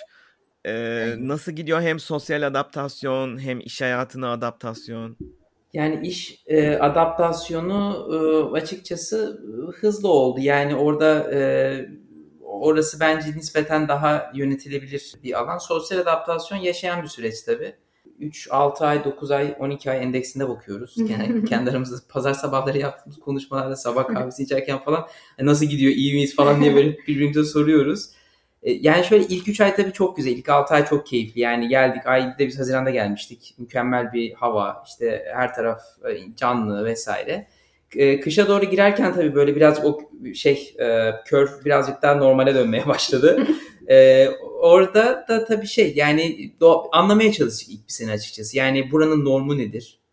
Ee, nasıl gidiyor hem sosyal adaptasyon hem iş hayatına adaptasyon? Yani iş e, adaptasyonu e, açıkçası hızlı oldu. Yani orada e, orası bence nispeten daha yönetilebilir bir alan. Sosyal adaptasyon yaşayan bir süreç tabii. üç, altı ay, dokuz ay, on iki ay endeksinde bakıyoruz. Yani kendi aramızda pazar sabahları yaptığımız konuşmalarda sabah kahvesi içerken falan nasıl gidiyor, iyi miyiz falan diye böyle birbirimize soruyoruz. Yani şöyle ilk üç ay tabii çok güzel. İlk altı ay çok keyifli. Yani geldik. Ayda biz Haziran'da gelmiştik. Mükemmel bir hava. İşte her taraf canlı vesaire. Kışa doğru girerken tabii böyle biraz o şey curve birazcık daha normale dönmeye başladı. Ee, orada da tabii şey yani do- anlamaya çalıştık ilk bir sene açıkçası. Yani buranın normu nedir?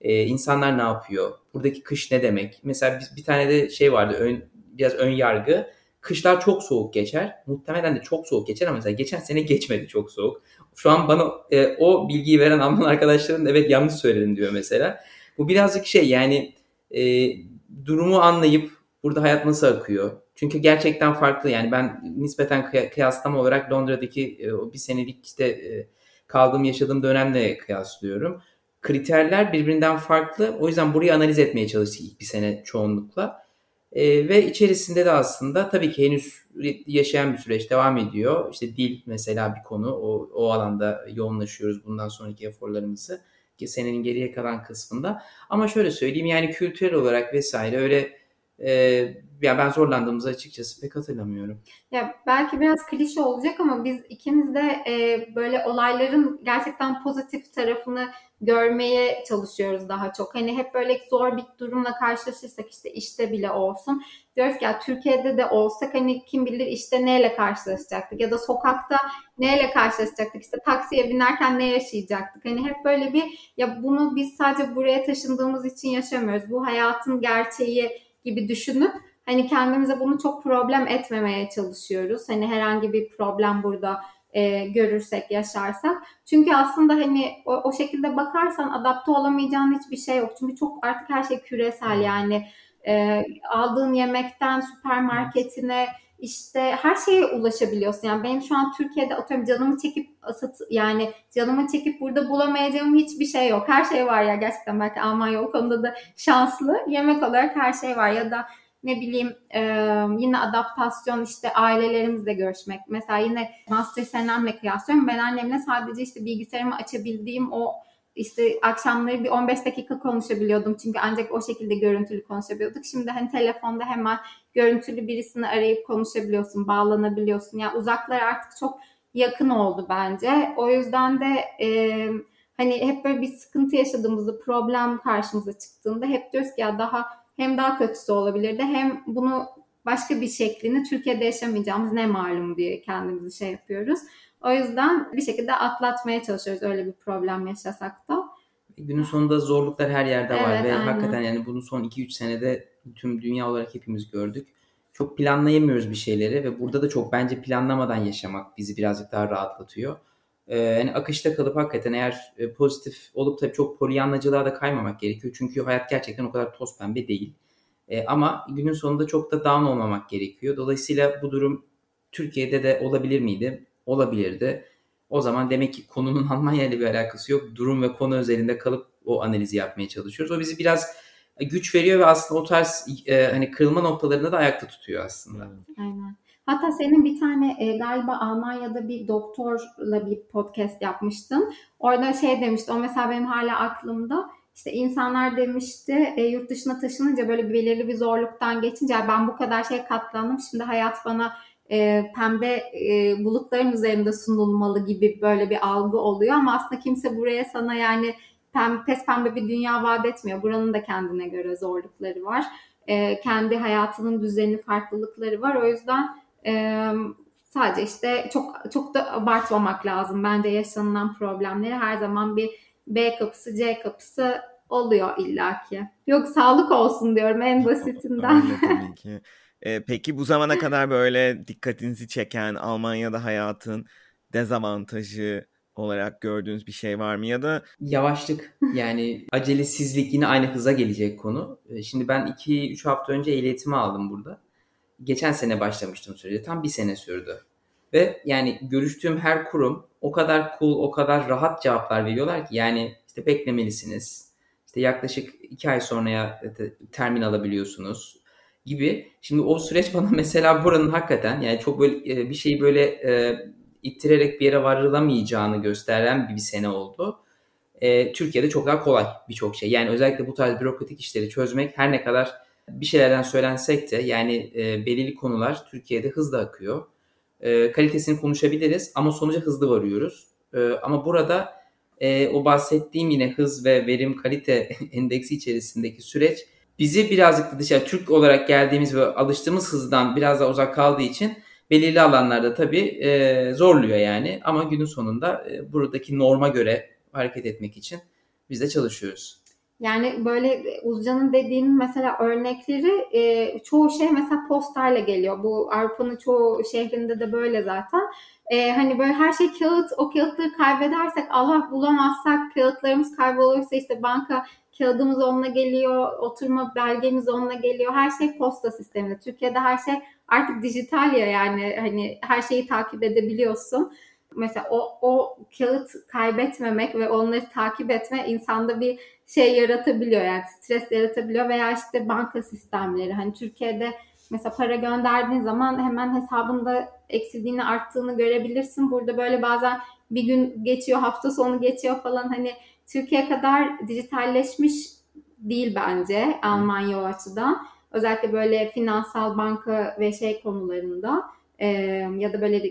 Ee, insanlar ne yapıyor? Buradaki kış ne demek? Mesela bir, bir tane de şey vardı, ön, biraz ön yargı. Kışlar çok soğuk geçer. Muhtemelen de çok soğuk geçer ama mesela geçen sene geçmedi çok soğuk. Şu an bana e, o bilgiyi veren Alman arkadaşlarım evet yanlış söyledim diyor mesela. Bu birazcık şey yani e, durumu anlayıp burada hayat nasıl akıyor? Çünkü gerçekten farklı yani ben nispeten kıyaslama olarak Londra'daki e, o bir senelik işte e, kaldığım yaşadığım dönemle kıyaslıyorum. Kriterler birbirinden farklı. O yüzden burayı analiz etmeye çalıştık ilk bir sene çoğunlukla. E, ve içerisinde de aslında tabii ki henüz yaşayan bir süreç devam ediyor. İşte dil mesela bir konu. O, o alanda yoğunlaşıyoruz bundan sonraki eforlarımızı. Ki senenin geriye kalan kısmında. Ama şöyle söyleyeyim yani kültürel olarak vesaire öyle e, ya ben zorlandığımızı açıkçası pek hatırlamıyorum. Ya belki biraz klişe olacak ama biz ikimiz de e, böyle olayların gerçekten pozitif tarafını görmeye çalışıyoruz daha çok. Hani hep böyle zor bir durumla karşılaşırsak işte işte bile olsun diyoruz ki ya Türkiye'de de olsak hani kim bilir işte neyle karşılaşacaktık ya da sokakta neyle karşılaşacaktık işte taksiye binerken ne yaşayacaktık. Hani hep böyle bir ya bunu biz sadece buraya taşındığımız için yaşamıyoruz. Bu hayatın gerçeği gibi düşünüp hani kendimize bunu çok problem etmemeye çalışıyoruz. Hani herhangi bir problem burada e, görürsek, yaşarsak. Çünkü aslında hani o, o şekilde bakarsan adapte olamayacağın hiçbir şey yok. Çünkü çok artık her şey küresel yani. E, aldığın yemekten süpermarketine işte her şeye ulaşabiliyorsun. Yani benim şu an Türkiye'de atıyorum canımı çekip asat, yani canımı çekip burada bulamayacağım hiçbir şey yok. Her şey var ya gerçekten belki Almanya o konuda da şanslı. Yemek olarak her şey var ya da ne bileyim e, yine adaptasyon işte ailelerimizle görüşmek. Mesela yine master senemle kıyaslıyorum. Ben annemle sadece işte bilgisayarımı açabildiğim o işte akşamları bir on beş dakika konuşabiliyordum. Çünkü ancak o şekilde görüntülü konuşabiliyorduk. Şimdi hani telefonda hemen görüntülü birisini arayıp konuşabiliyorsun, bağlanabiliyorsun. Yani uzaklar artık çok yakın oldu bence. O yüzden de e, hani hep böyle bir sıkıntı yaşadığımızda, problem karşımıza çıktığında hep diyoruz ki ya daha hem daha kötüsü olabilirdi hem bunu başka bir şeklini Türkiye'de yaşamayacağımız ne malum diye kendimizi şey yapıyoruz. O yüzden bir şekilde atlatmaya çalışıyoruz öyle bir problem yaşasak da. Günün sonunda zorluklar her yerde var Evet, ve aynen. hakikaten yani bunu son iki üç senede tüm dünya olarak hepimiz gördük. Çok planlayamıyoruz bir şeyleri ve burada da çok bence planlamadan yaşamak bizi birazcık daha rahatlatıyor. Ee, yani akışta kalıp hakikaten eğer e, pozitif olup tabii çok polyanlacılığa da kaymamak gerekiyor. Çünkü hayat gerçekten o kadar toz pembe değil. E, ama günün sonunda çok da down olmamak gerekiyor. Dolayısıyla bu durum Türkiye'de de olabilir miydi? Olabilirdi. O zaman demek ki konunun Almanya ile bir alakası yok. Durum ve konu özelinde kalıp o analizi yapmaya çalışıyoruz. O bizi biraz güç veriyor ve aslında o tarz e, hani kırılma noktalarında da ayakta tutuyor aslında. Aynen. Hatta senin bir tane e, galiba Almanya'da bir doktorla bir podcast yapmıştın. Orada şey demişti, o mesela benim hala aklımda. İşte insanlar demişti e, yurt dışına taşınınca böyle bir belirli bir zorluktan geçince ben bu kadar şey katlandım. Şimdi hayat bana e, pembe e, bulutların üzerinde sunulmalı gibi böyle bir algı oluyor. Ama aslında kimse buraya sana yani pembe, pes pembe bir dünya vaat etmiyor. Buranın da kendine göre zorlukları var. E, kendi hayatının düzeni, farklılıkları var. O yüzden e, sadece işte çok çok da abartmamak lazım. Bence yaşanılan problemleri her zaman bir B kapısı, C kapısı oluyor illaki. Yok sağlık olsun diyorum en basitinden. Öyle tabii ki. Ee, peki bu zamana kadar böyle dikkatinizi çeken Almanya'da hayatın dezavantajı olarak gördüğünüz bir şey var mı? Ya da Yavaşlık yani acelesizlik yine aynı hıza gelecek konu. Şimdi ben iki üç hafta önce ehliyetimi aldım burada. Geçen sene başlamıştım sürece. Tam bir sene sürdü. Ve yani görüştüğüm her kurum o kadar cool, o kadar rahat cevaplar veriyorlar ki yani işte beklemelisiniz. İşte yaklaşık iki ay sonraya termin alabiliyorsunuz gibi. Şimdi o süreç bana mesela buranın hakikaten yani çok böyle bir şeyi böyle e, ittirerek bir yere varılamayacağını gösteren bir, bir sene oldu. E, Türkiye'de çok daha kolay birçok şey. Yani özellikle bu tarz bürokratik işleri çözmek her ne kadar bir şeylerden söylensek de yani e, belirli konular Türkiye'de hızlı akıyor. E, kalitesini konuşabiliriz ama sonuca hızlı varıyoruz. E, ama burada e, o bahsettiğim yine hız ve verim kalite endeksi içerisindeki süreç bizi birazcık da dışarı Türk olarak geldiğimiz ve alıştığımız hızdan biraz daha uzak kaldığı için belirli alanlarda tabii e, zorluyor yani. Ama günün sonunda e, buradaki norma göre hareket etmek için biz de çalışıyoruz. Yani böyle Uzcan'ın dediğinin mesela örnekleri e, çoğu şey mesela postayla geliyor. Bu Avrupa'nın çoğu şehrinde de böyle zaten. E, hani böyle her şey kağıt, o kağıtları kaybedersek, Allah bulamazsak, kağıtlarımız kaybolursa işte banka kağıdımız onunla geliyor, oturma belgemiz onunla geliyor. Her şey posta sisteminde. Türkiye'de her şey artık dijital ya, yani hani her şeyi takip edebiliyorsun. Mesela o, o kağıt kaybetmemek ve onları takip etme insanda bir şey yaratabiliyor, yani stres yaratabiliyor. Veya işte banka sistemleri, hani Türkiye'de mesela para gönderdiğin zaman hemen hesabında eksildiğini, arttığını görebilirsin. Burada böyle bazen bir gün geçiyor, hafta sonu geçiyor falan, hani Türkiye kadar dijitalleşmiş değil bence Almanya o açıdan. Özellikle böyle finansal, banka ve şey konularında e, ya da böyle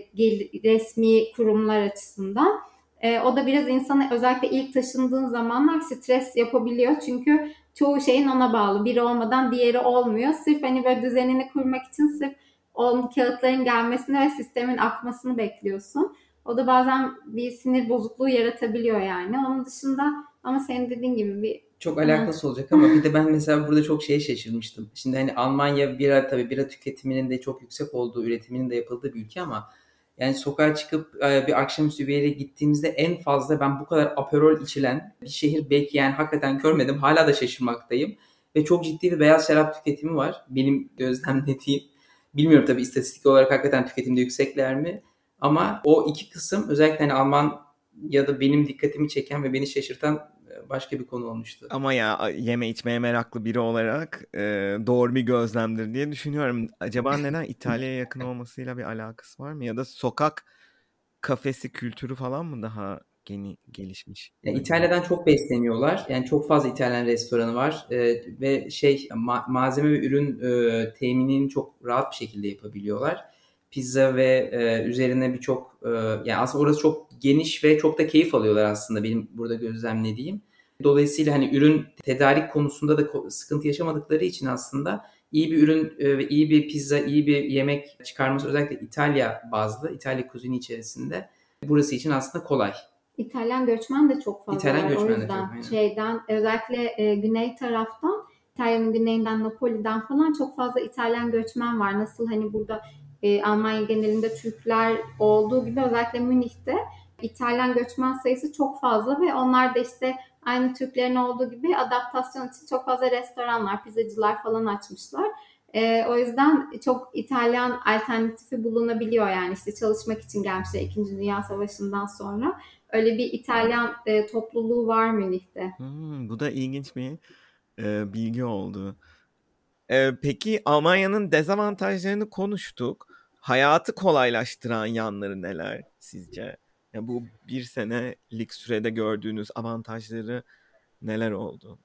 resmi kurumlar açısından. E, o da biraz insanı özellikle ilk taşındığın zamanlar stres yapabiliyor. Çünkü çoğu şeyin ona bağlı. Biri olmadan diğeri olmuyor. Sırf hani böyle düzenini kurmak için sırf o kağıtların gelmesini ve sistemin akmasını bekliyorsun. O da bazen bir sinir bozukluğu yaratabiliyor yani. Onun dışında ama senin dediğin gibi bir... Çok alakası olacak ama bir de ben mesela burada çok şeye şaşırmıştım. Şimdi hani Almanya bira, tabii bira tüketiminin de çok yüksek olduğu, üretiminin de yapıldığı bir ülke ama yani sokağa çıkıp bir akşamüstü bir yere gittiğimizde en fazla ben bu kadar aperol içilen bir şehir belki yani hakikaten görmedim. Hala da şaşırmaktayım. Ve çok ciddi bir beyaz şarap tüketimi var. Benim gözlemlediğim. Bilmiyorum tabii istatistik olarak hakikaten tüketimde yüksekler mi? Ama o iki kısım özellikle hani Alman ya da benim dikkatimi çeken ve beni şaşırtan başka bir konu olmuştu. Ama ya yeme içmeye meraklı biri olarak e, doğru bir gözlemdir diye düşünüyorum. Acaba neden İtalya'ya yakın olmasıyla bir alakası var mı? Ya da sokak kafesi kültürü falan mı daha yeni gelişmiş? Yani İtalya'dan çok besleniyorlar. Yani çok fazla İtalyan restoranı var ee, ve şey ma- malzeme ve ürün e, teminini çok rahat bir şekilde yapabiliyorlar. Pizza ve e, üzerine birçok e, yani aslında orası çok geniş ve çok da keyif alıyorlar aslında benim burada gözlemlediğim. Dolayısıyla hani ürün tedarik konusunda da sıkıntı yaşamadıkları için aslında iyi bir ürün e, ve iyi bir pizza, iyi bir yemek çıkarması özellikle İtalya bazlı, İtalya kuzini içerisinde burası için aslında kolay. İtalyan göçmen de çok fazla İtalyan var. O göçmen de yüzden çok, aynen. şeyden özellikle e, güney taraftan, İtalya'nın güneyinden, Napoli'den falan çok fazla İtalyan göçmen var. Nasıl hani burada e, Almanya genelinde Türkler olduğu gibi özellikle Münih'te İtalyan göçmen sayısı çok fazla ve onlar da işte aynı Türklerin olduğu gibi adaptasyon için çok fazla restoranlar, pizzacılar falan açmışlar. E, o yüzden çok İtalyan alternatifi bulunabiliyor, yani işte çalışmak için gelmişler İkinci Dünya Savaşı'ndan sonra. Öyle bir İtalyan e, topluluğu var Münih'te. Hmm, bu da ilginç bir e, bilgi oldu. E, peki Almanya'nın dezavantajlarını konuştuk. Hayatı kolaylaştıran yanları neler sizce? Ya bu bir senelik sürede gördüğünüz avantajları neler oldu?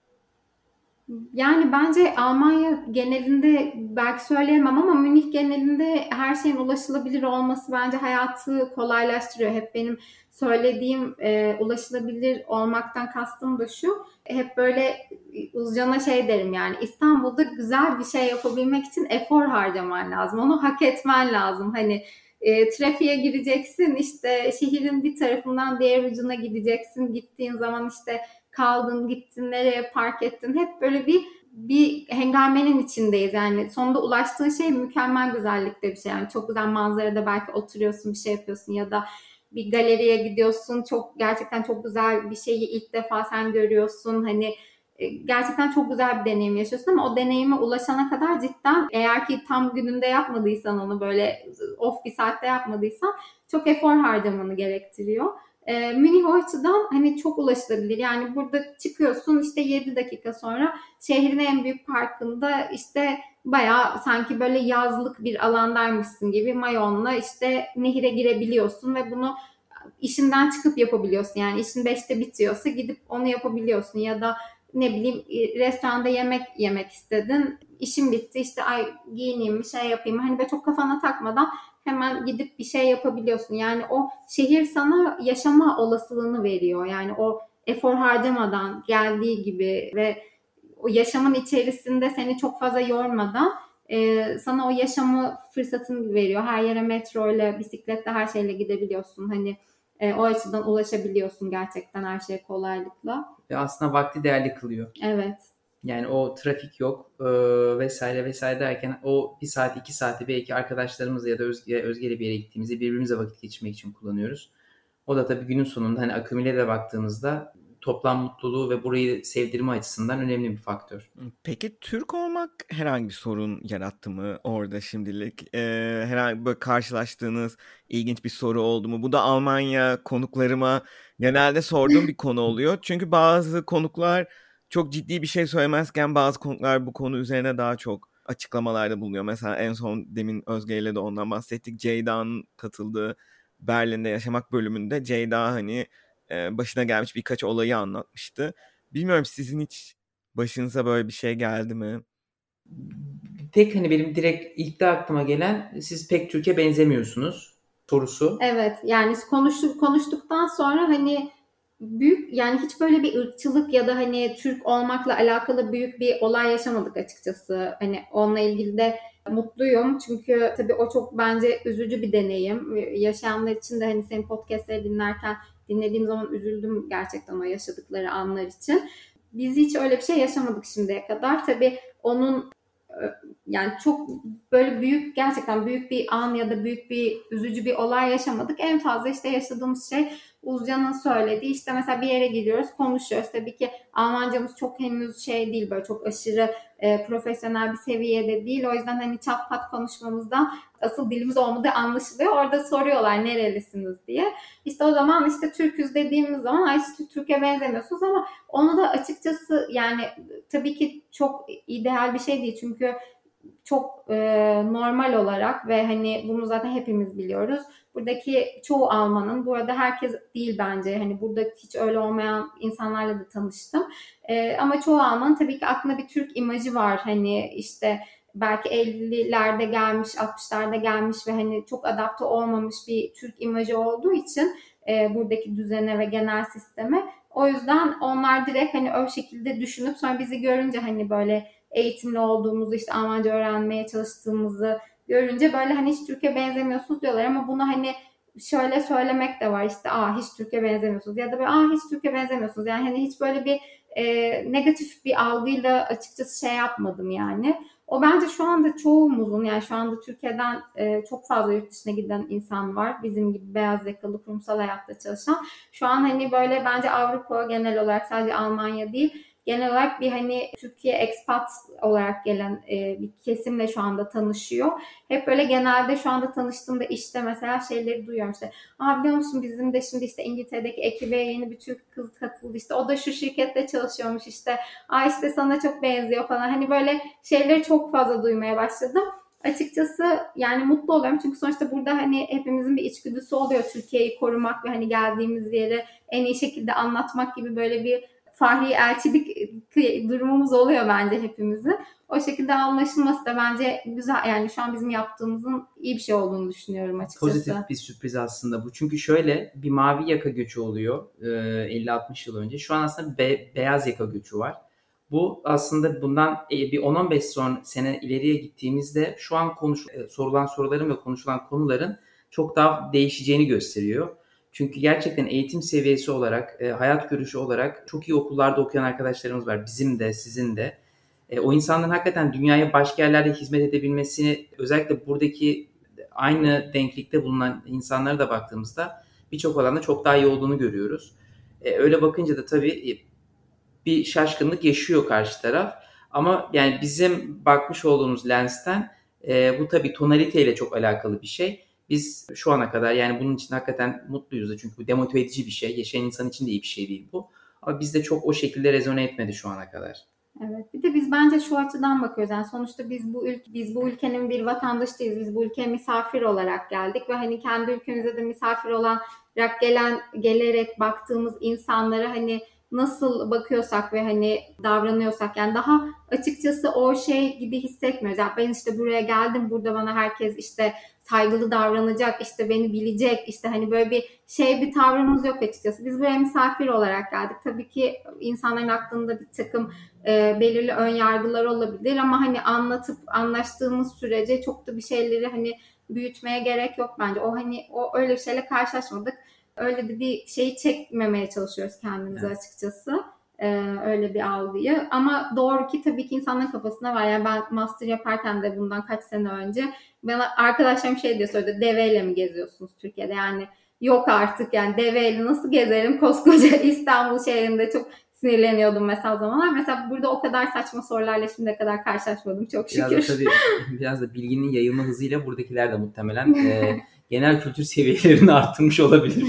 Yani bence Almanya genelinde belki söyleyemem ama Münih genelinde her şeyin ulaşılabilir olması bence hayatı kolaylaştırıyor. Hep benim söylediğim e, ulaşılabilir olmaktan kastım da şu. Hep böyle Uzcan'a şey derim, yani İstanbul'da güzel bir şey yapabilmek için efor harcaman lazım. Onu hak etmen lazım. Hani e, trafiğe gireceksin, işte şehrin bir tarafından diğer ucuna gideceksin. Gittiğin zaman işte kaldın, gittin, nereye park ettin, hep böyle bir bir hengamenin içindeyiz. Yani sonunda ulaştığın şey mükemmel güzellikte bir şey. Yani çok güzel manzarada belki oturuyorsun, bir şey yapıyorsun ya da bir galeriye gidiyorsun. Çok gerçekten çok güzel bir şeyi ilk defa sen görüyorsun. Hani gerçekten çok güzel bir deneyim yaşıyorsun ama o deneyime ulaşana kadar cidden, eğer ki tam gününde yapmadıysan, onu böyle off bir saatte yapmadıysan çok efor harcamanı gerektiriyor. E, Münih o açıdan hani çok ulaşılabilir. Yani burada çıkıyorsun, işte yedi dakika sonra şehrin en büyük parkında işte bayağı sanki böyle yazlık bir alandaymışsın gibi mayonla işte nehire girebiliyorsun ve bunu işinden çıkıp yapabiliyorsun. Yani işin beşte bitiyorsa gidip onu yapabiliyorsun ya da ne bileyim restoranda yemek yemek istedin. İşim bitti, işte ay giyineyim, bir şey yapayım. Hani böyle çok kafana takmadan hemen gidip bir şey yapabiliyorsun. Yani o şehir sana yaşama olasılığını veriyor. Yani o efor harcamadan geldiği gibi ve o yaşamın içerisinde seni çok fazla yormadan e, sana o yaşamı fırsatını veriyor. Her yere metro ile, bisikletle, her şeyle gidebiliyorsun. Hani E, o açıdan ulaşabiliyorsun gerçekten her şeye kolaylıkla. Ve aslında vakti değerli kılıyor. Evet. Yani o trafik yok e, vesaire vesaire derken o bir saat iki saati belki arkadaşlarımızla ya da Özge, Özge'yle bir yere gittiğimizde birbirimize vakit geçirmek için kullanıyoruz. O da tabii günün sonunda hani akümüle de baktığımızda toplam mutluluğu ve burayı sevdirme açısından önemli bir faktör. Peki Türk olmak herhangi bir sorun yarattı mı orada şimdilik? Ee, herhangi böyle karşılaştığınız ilginç bir soru oldu mu? Bu da Almanya konuklarıma genelde sorduğum bir konu oluyor. Çünkü bazı konuklar çok ciddi bir şey söylemezken bazı konuklar bu konu üzerine daha çok açıklamalarda bulunuyor. Mesela en son demin Özge ile de ondan bahsettik. Ceyda'nın katıldığı Berlin'de yaşamak bölümünde Ceyda hani e, başına gelmiş birkaç olayı anlatmıştı. Bilmiyorum sizin hiç başınıza böyle bir şey geldi mi? Tek hani benim direkt ilk de aklıma gelen siz pek Türkiye benzemiyorsunuz sorusu. Evet yani konuştuk konuştuktan sonra hani büyük yani hiç böyle bir ırkçılık ya da hani Türk olmakla alakalı büyük bir olay yaşamadık açıkçası. Hani onunla ilgili de mutluyum. Çünkü tabii o çok bence üzücü bir deneyim. Yaşayanlar için de hani senin podcastleri dinlerken dinlediğim zaman üzüldüm gerçekten o yaşadıkları anlar için. Biz hiç öyle bir şey yaşamadık şimdiye kadar. Tabii onun yani çok böyle büyük gerçekten büyük bir an ya da büyük bir üzücü bir olay yaşamadık. En fazla işte yaşadığımız şey Uzcan'ın söylediği işte mesela bir yere gidiyoruz konuşuyoruz. Tabii ki Almancamız çok henüz şey değil böyle çok aşırı e, profesyonel bir seviyede değil. O yüzden hani çat pat konuşmamızdan asıl dilimiz olmadığı anlaşılıyor. Orada soruyorlar nerelisiniz diye. İşte o zaman işte Türküz dediğimiz zaman ay siz Türkiye benzemiyorsunuz ama onu da açıkçası yani tabii ki çok ideal bir şey değil. Çünkü çok e, normal olarak ve hani bunu zaten hepimiz biliyoruz. Buradaki çoğu Almanın, bu arada herkes değil bence. Hani burada hiç öyle olmayan insanlarla da tanıştım. E, ama çoğu Almanın tabii ki aklında bir Türk imajı var. Hani işte belki ellilerde gelmiş, altmışlarda gelmiş ve hani çok adapte olmamış bir Türk imajı olduğu için e, buradaki düzene ve genel sisteme. O yüzden onlar direkt hani o şekilde düşünüp sonra bizi görünce hani böyle eğitimli olduğumuzu işte Almanca öğrenmeye çalıştığımızı görünce böyle hani hiç Türkiye benzemiyorsunuz diyorlar ama bunu hani şöyle söylemek de var işte aa hiç Türkiye benzemiyorsunuz ya da böyle aa hiç Türkiye benzemiyorsunuz yani hani hiç böyle bir e, negatif bir algıyla açıkçası şey yapmadım yani. O bence şu anda çoğumuzun yani şu anda Türkiye'den e, çok fazla yurt dışına giden insan var. Bizim gibi beyaz yakalı kurumsal hayatta çalışan. Şu an hani böyle bence Avrupa genel olarak sadece Almanya değil genel olarak bir hani Türkiye expat olarak gelen e, bir kesimle şu anda tanışıyor. Hep böyle genelde şu anda tanıştığımda işte mesela şeyleri duyuyorum işte. Aa biliyor musun bizim de şimdi işte İngiltere'deki ekibe yeni bir Türk kız katıldı işte o da şu şirkette çalışıyormuş işte. Aa işte sana çok benziyor falan. Hani böyle şeyleri çok fazla duymaya başladım. Açıkçası yani mutlu oluyorum çünkü sonuçta burada hani hepimizin bir içgüdüsü oluyor Türkiye'yi korumak ve hani geldiğimiz yeri en iyi şekilde anlatmak gibi böyle bir fahri elçilik durumumuz oluyor bence hepimizin. O şekilde anlaşılması da bence güzel. Yani şu an bizim yaptığımızın iyi bir şey olduğunu düşünüyorum açıkçası. Pozitif bir sürpriz aslında bu. Çünkü şöyle bir mavi yaka göçü oluyor elli altmış yıl önce. Şu an aslında be- beyaz yaka göçü var. Bu aslında bundan bir on on beş son sene ileriye gittiğimizde şu an konuş sorulan soruların ve konuşulan konuların çok daha değişeceğini gösteriyor. Çünkü gerçekten eğitim seviyesi olarak, hayat görüşü olarak çok iyi okullarda okuyan arkadaşlarımız var. Bizim de, sizin de. O insanların hakikaten dünyaya başka yerlerde hizmet edebilmesini, özellikle buradaki aynı denklikte bulunan insanlara da baktığımızda birçok alanda çok daha iyi olduğunu görüyoruz. Öyle bakınca da tabii bir şaşkınlık yaşıyor karşı taraf. Ama yani bizim bakmış olduğumuz lensten bu tabii tonaliteyle çok alakalı bir şey. Biz şu ana kadar yani bunun için hakikaten mutluyuz da çünkü bu demotive edici bir şey. Yaşayan insan için de iyi bir şey değil bu. Ama bizde çok o şekilde rezone etmedi şu ana kadar. Evet. Bir de biz bence şu açıdan bakıyoruz. Yani sonuçta biz bu ülke, biz bu ülkenin bir vatandaşıyız. Biz bu ülkeye misafir olarak geldik ve hani kendi ülkemize de misafir olarak gelen gelerek baktığımız insanlara hani nasıl bakıyorsak ve hani davranıyorsak yani daha açıkçası o şey gibi hissetmiyoruz. Yani ben işte buraya geldim, burada bana herkes işte saygılı davranacak, işte beni bilecek, işte hani böyle bir şey bir tavrımız yok açıkçası. Biz buraya misafir olarak geldik. Tabii ki insanların aklında bir takım e, belirli ön yargılar olabilir ama hani anlatıp anlaştığımız sürece çok da bir şeyleri hani büyütmeye gerek yok bence. O hani o öyle bir şeyle karşılaşmadık. Öyle de bir şeyi çekmemeye çalışıyoruz kendimize evet. açıkçası. Ee, öyle bir algıyı. Ama doğru ki tabii ki insanların kafasında var. Yani ben master yaparken de bundan kaç sene önce bana arkadaşlarım şey diye söyledi. Deveyle mi geziyorsunuz Türkiye'de? Yani yok artık yani deveyle nasıl gezerim? Koskoca İstanbul şehrinde çok sinirleniyordum mesela o zamanlar. Mesela burada o kadar saçma sorularla şimdiye kadar karşılaşmadım çok şükür. Biraz da tabii biraz da bilginin yayılma hızıyla buradakiler de muhtemelen e, genel kültür seviyelerini arttırmış olabilir.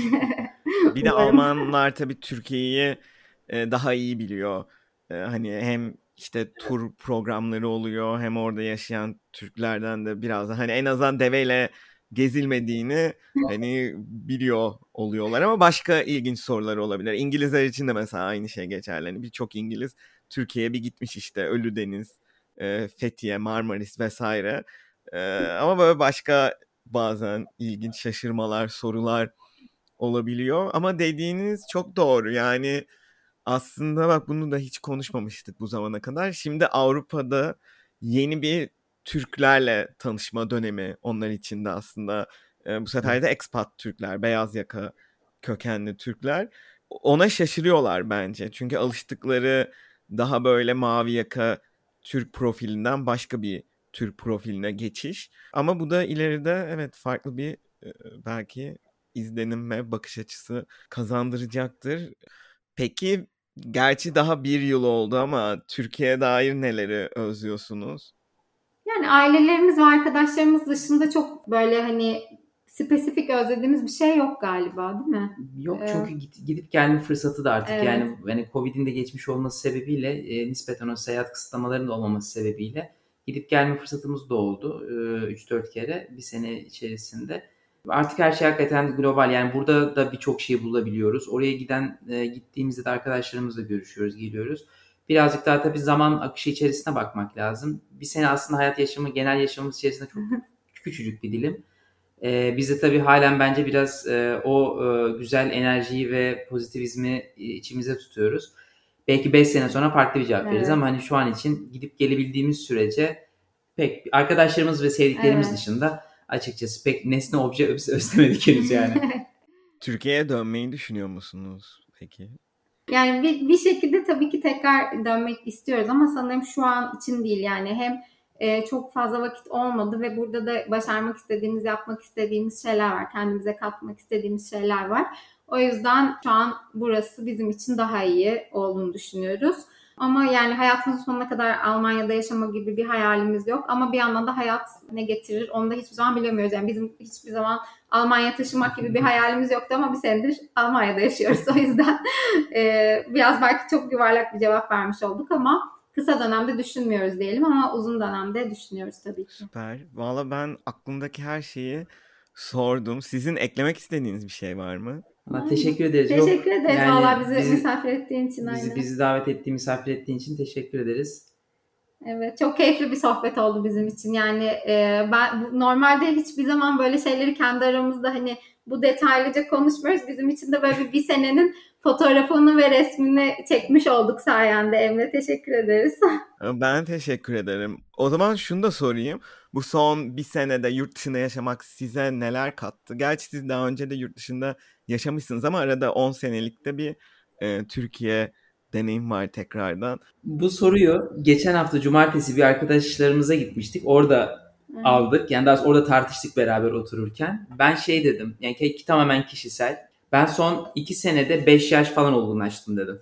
Bir de Almanlar tabii Türkiye'yi e, daha iyi biliyor. E, hani hem işte tur programları oluyor hem orada yaşayan Türklerden de biraz da hani en azından deveyle gezilmediğini hani biliyor oluyorlar ama başka ilginç soruları olabilir. İngilizler için de mesela aynı şey geçerli. Hani birçok İngiliz Türkiye'ye bir gitmiş işte Ölüdeniz, e, Fethiye, Marmaris vesaire. E, ama böyle başka bazen ilginç şaşırmalar, sorular olabiliyor. Ama dediğiniz çok doğru. Yani aslında bak bunu da hiç konuşmamıştık bu zamana kadar. Şimdi Avrupa'da yeni bir Türklerle tanışma dönemi onlar için de aslında. E, bu sefer de expat Türkler, beyaz yaka kökenli Türkler. Ona şaşırıyorlar bence. Çünkü alıştıkları daha böyle mavi yaka Türk profilinden başka bir Türk profiline geçiş. Ama bu da ileride evet farklı bir e, belki izlenim ve bakış açısı kazandıracaktır. Peki gerçi daha bir yıl oldu ama Türkiye'ye dair neleri özlüyorsunuz? Yani ailelerimiz ve arkadaşlarımız dışında çok böyle hani spesifik özlediğimiz bir şey yok galiba değil mi? Yok çünkü ee, gidip gelme fırsatı da artık evet. yani yani Covid'in de geçmiş olması sebebiyle e, nispeten o seyahat kısıtlamalarının da olmaması sebebiyle gidip gelme fırsatımız da oldu. E, üç dört kere bir sene içerisinde. Artık her şey hakikaten global. Yani burada da birçok şey bulabiliyoruz. Oraya giden e, gittiğimizde de arkadaşlarımızla görüşüyoruz, geliyoruz. Birazcık daha tabii zaman akışı içerisine bakmak lazım. Bir sene aslında hayat yaşamı, genel yaşamımız içerisinde çok küçücük bir dilim. Ee, biz de tabii halen bence biraz e, o e, güzel enerjiyi ve pozitivizmi içimize tutuyoruz. Belki beş sene sonra farklı bir cevap evet. veririz ama hani şu an için gidip gelebildiğimiz sürece pek arkadaşlarımız ve sevdiklerimiz evet. dışında açıkçası pek nesne obje özlemedik henüz yani. Türkiye'ye dönmeyi düşünüyor musunuz peki? Yani bir, bir şekilde tabii ki tekrar dönmek istiyoruz ama sanırım şu an için değil yani hem e, çok fazla vakit olmadı ve burada da başarmak istediğimiz, yapmak istediğimiz şeyler var. Kendimize katmak istediğimiz şeyler var. O yüzden şu an burası bizim için daha iyi olduğunu düşünüyoruz. Ama yani hayatımızın sonuna kadar Almanya'da yaşama gibi bir hayalimiz yok. Ama bir yandan da hayat ne getirir onu da hiçbir zaman bilemiyoruz. Yani bizim hiçbir zaman Almanya taşımak gibi bir hayalimiz yoktu ama bir senedir Almanya'da yaşıyoruz. O yüzden e, biraz belki çok yuvarlak bir cevap vermiş olduk ama kısa dönemde düşünmüyoruz diyelim ama uzun dönemde düşünüyoruz tabii ki. Süper. Valla ben aklımdaki her şeyi sordum. Sizin eklemek istediğiniz bir şey var mı? Ama teşekkür ederiz. Teşekkür Yok, ederiz yani valla bizi, bizi misafir ettiğin için. Bizi, aynen. bizi davet ettiğin, misafir ettiğin için teşekkür ederiz. Evet, çok keyifli bir sohbet oldu bizim için. Yani e, ben normalde hiçbir zaman böyle şeyleri kendi aramızda hani bu detaylıca konuşmuyoruz. Bizim için de böyle bir, bir senenin fotoğrafını ve resmini çekmiş olduk sayende. Emre teşekkür ederiz. Ben teşekkür ederim. O zaman şunu da sorayım. Bu son bir senede yurt dışında yaşamak size neler kattı? Gerçi siz daha önce de yurt dışında yaşamışsınız ama arada on senelikte bir e, Türkiye deneyim var tekrardan. Bu soruyu geçen hafta cumartesi bir arkadaşlarımıza gitmiştik. Orada hmm. aldık. Yani daha orada tartıştık beraber otururken. Ben şey dedim. Yani ki, tamamen kişisel. Ben son iki senede beş yaş falan olgunlaştım dedim.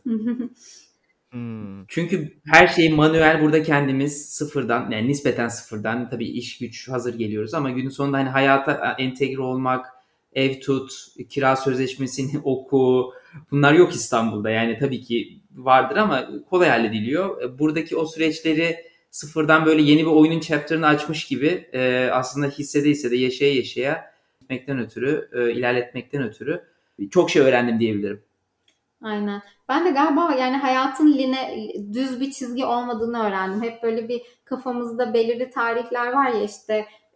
Hmm. Çünkü her şeyi manuel burada kendimiz sıfırdan yani nispeten sıfırdan tabii iş güç hazır geliyoruz ama günün sonunda hani hayata entegre olmak, ev tut, kira sözleşmesini oku bunlar yok İstanbul'da yani tabii ki vardır ama kolay hallediliyor. Buradaki o süreçleri sıfırdan böyle yeni bir oyunun chapter'ını açmış gibi e, aslında hissede hissede yaşaya yaşaya gitmekten ötürü, e, ilerletmekten ötürü çok şey öğrendim diyebilirim. Aynen. Ben de galiba yani hayatın line, düz bir çizgi olmadığını öğrendim. Hep böyle bir kafamızda belirli tarihler var ya işte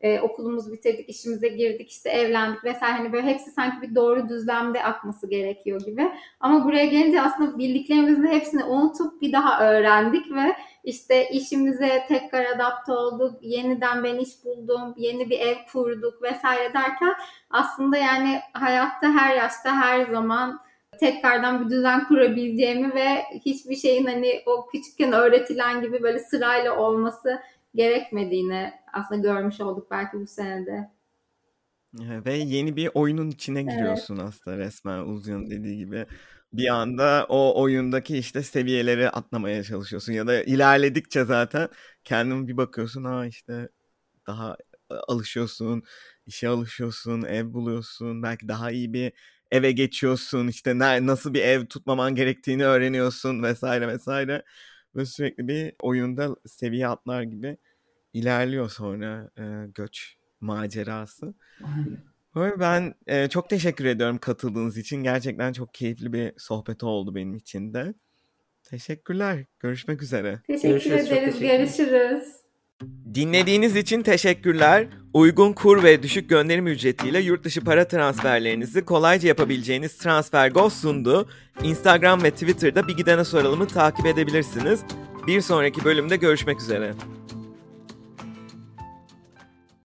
e, okulumuzu bitirdik, işimize girdik, işte evlendik vesaire. Hani böyle hepsi sanki bir doğru düzlemde akması gerekiyor gibi. Ama buraya gelince aslında bildiklerimizin hepsini unutup bir daha öğrendik ve işte işimize tekrar adapte olduk, yeniden ben iş buldum, yeni bir ev kurduk vesaire derken aslında yani hayatta her yaşta her zaman tekrardan bir düzen kurabileceğimi ve hiçbir şeyin hani o küçükken öğretilen gibi böyle sırayla olması gerekmediğini aslında görmüş olduk belki bu senede. Ve yeni bir oyunun içine giriyorsun evet. aslında resmen Uzcan'ın dediği gibi. Bir anda o oyundaki işte seviyeleri atlamaya çalışıyorsun ya da ilerledikçe zaten kendin bir bakıyorsun ha işte daha alışıyorsun, işe alışıyorsun, ev buluyorsun, belki daha iyi bir eve geçiyorsun, işte nasıl bir ev tutmaman gerektiğini öğreniyorsun vesaire vesaire. Ve sürekli bir oyunda seviye atlar gibi ilerliyor sonra e, göç macerası. Aynen. Ben e, çok teşekkür ediyorum katıldığınız için. Gerçekten çok keyifli bir sohbet oldu benim için de. Teşekkürler. Görüşmek üzere. Teşekkür görüşürüz, ederiz. Görüşürüz. Dinlediğiniz için teşekkürler. Uygun kur ve düşük gönderim ücretiyle yurt dışı para transferlerinizi kolayca yapabileceğiniz TransferGo sundu. Instagram ve Twitter'da Bir Gidene Soralım'ı takip edebilirsiniz. Bir sonraki bölümde görüşmek üzere.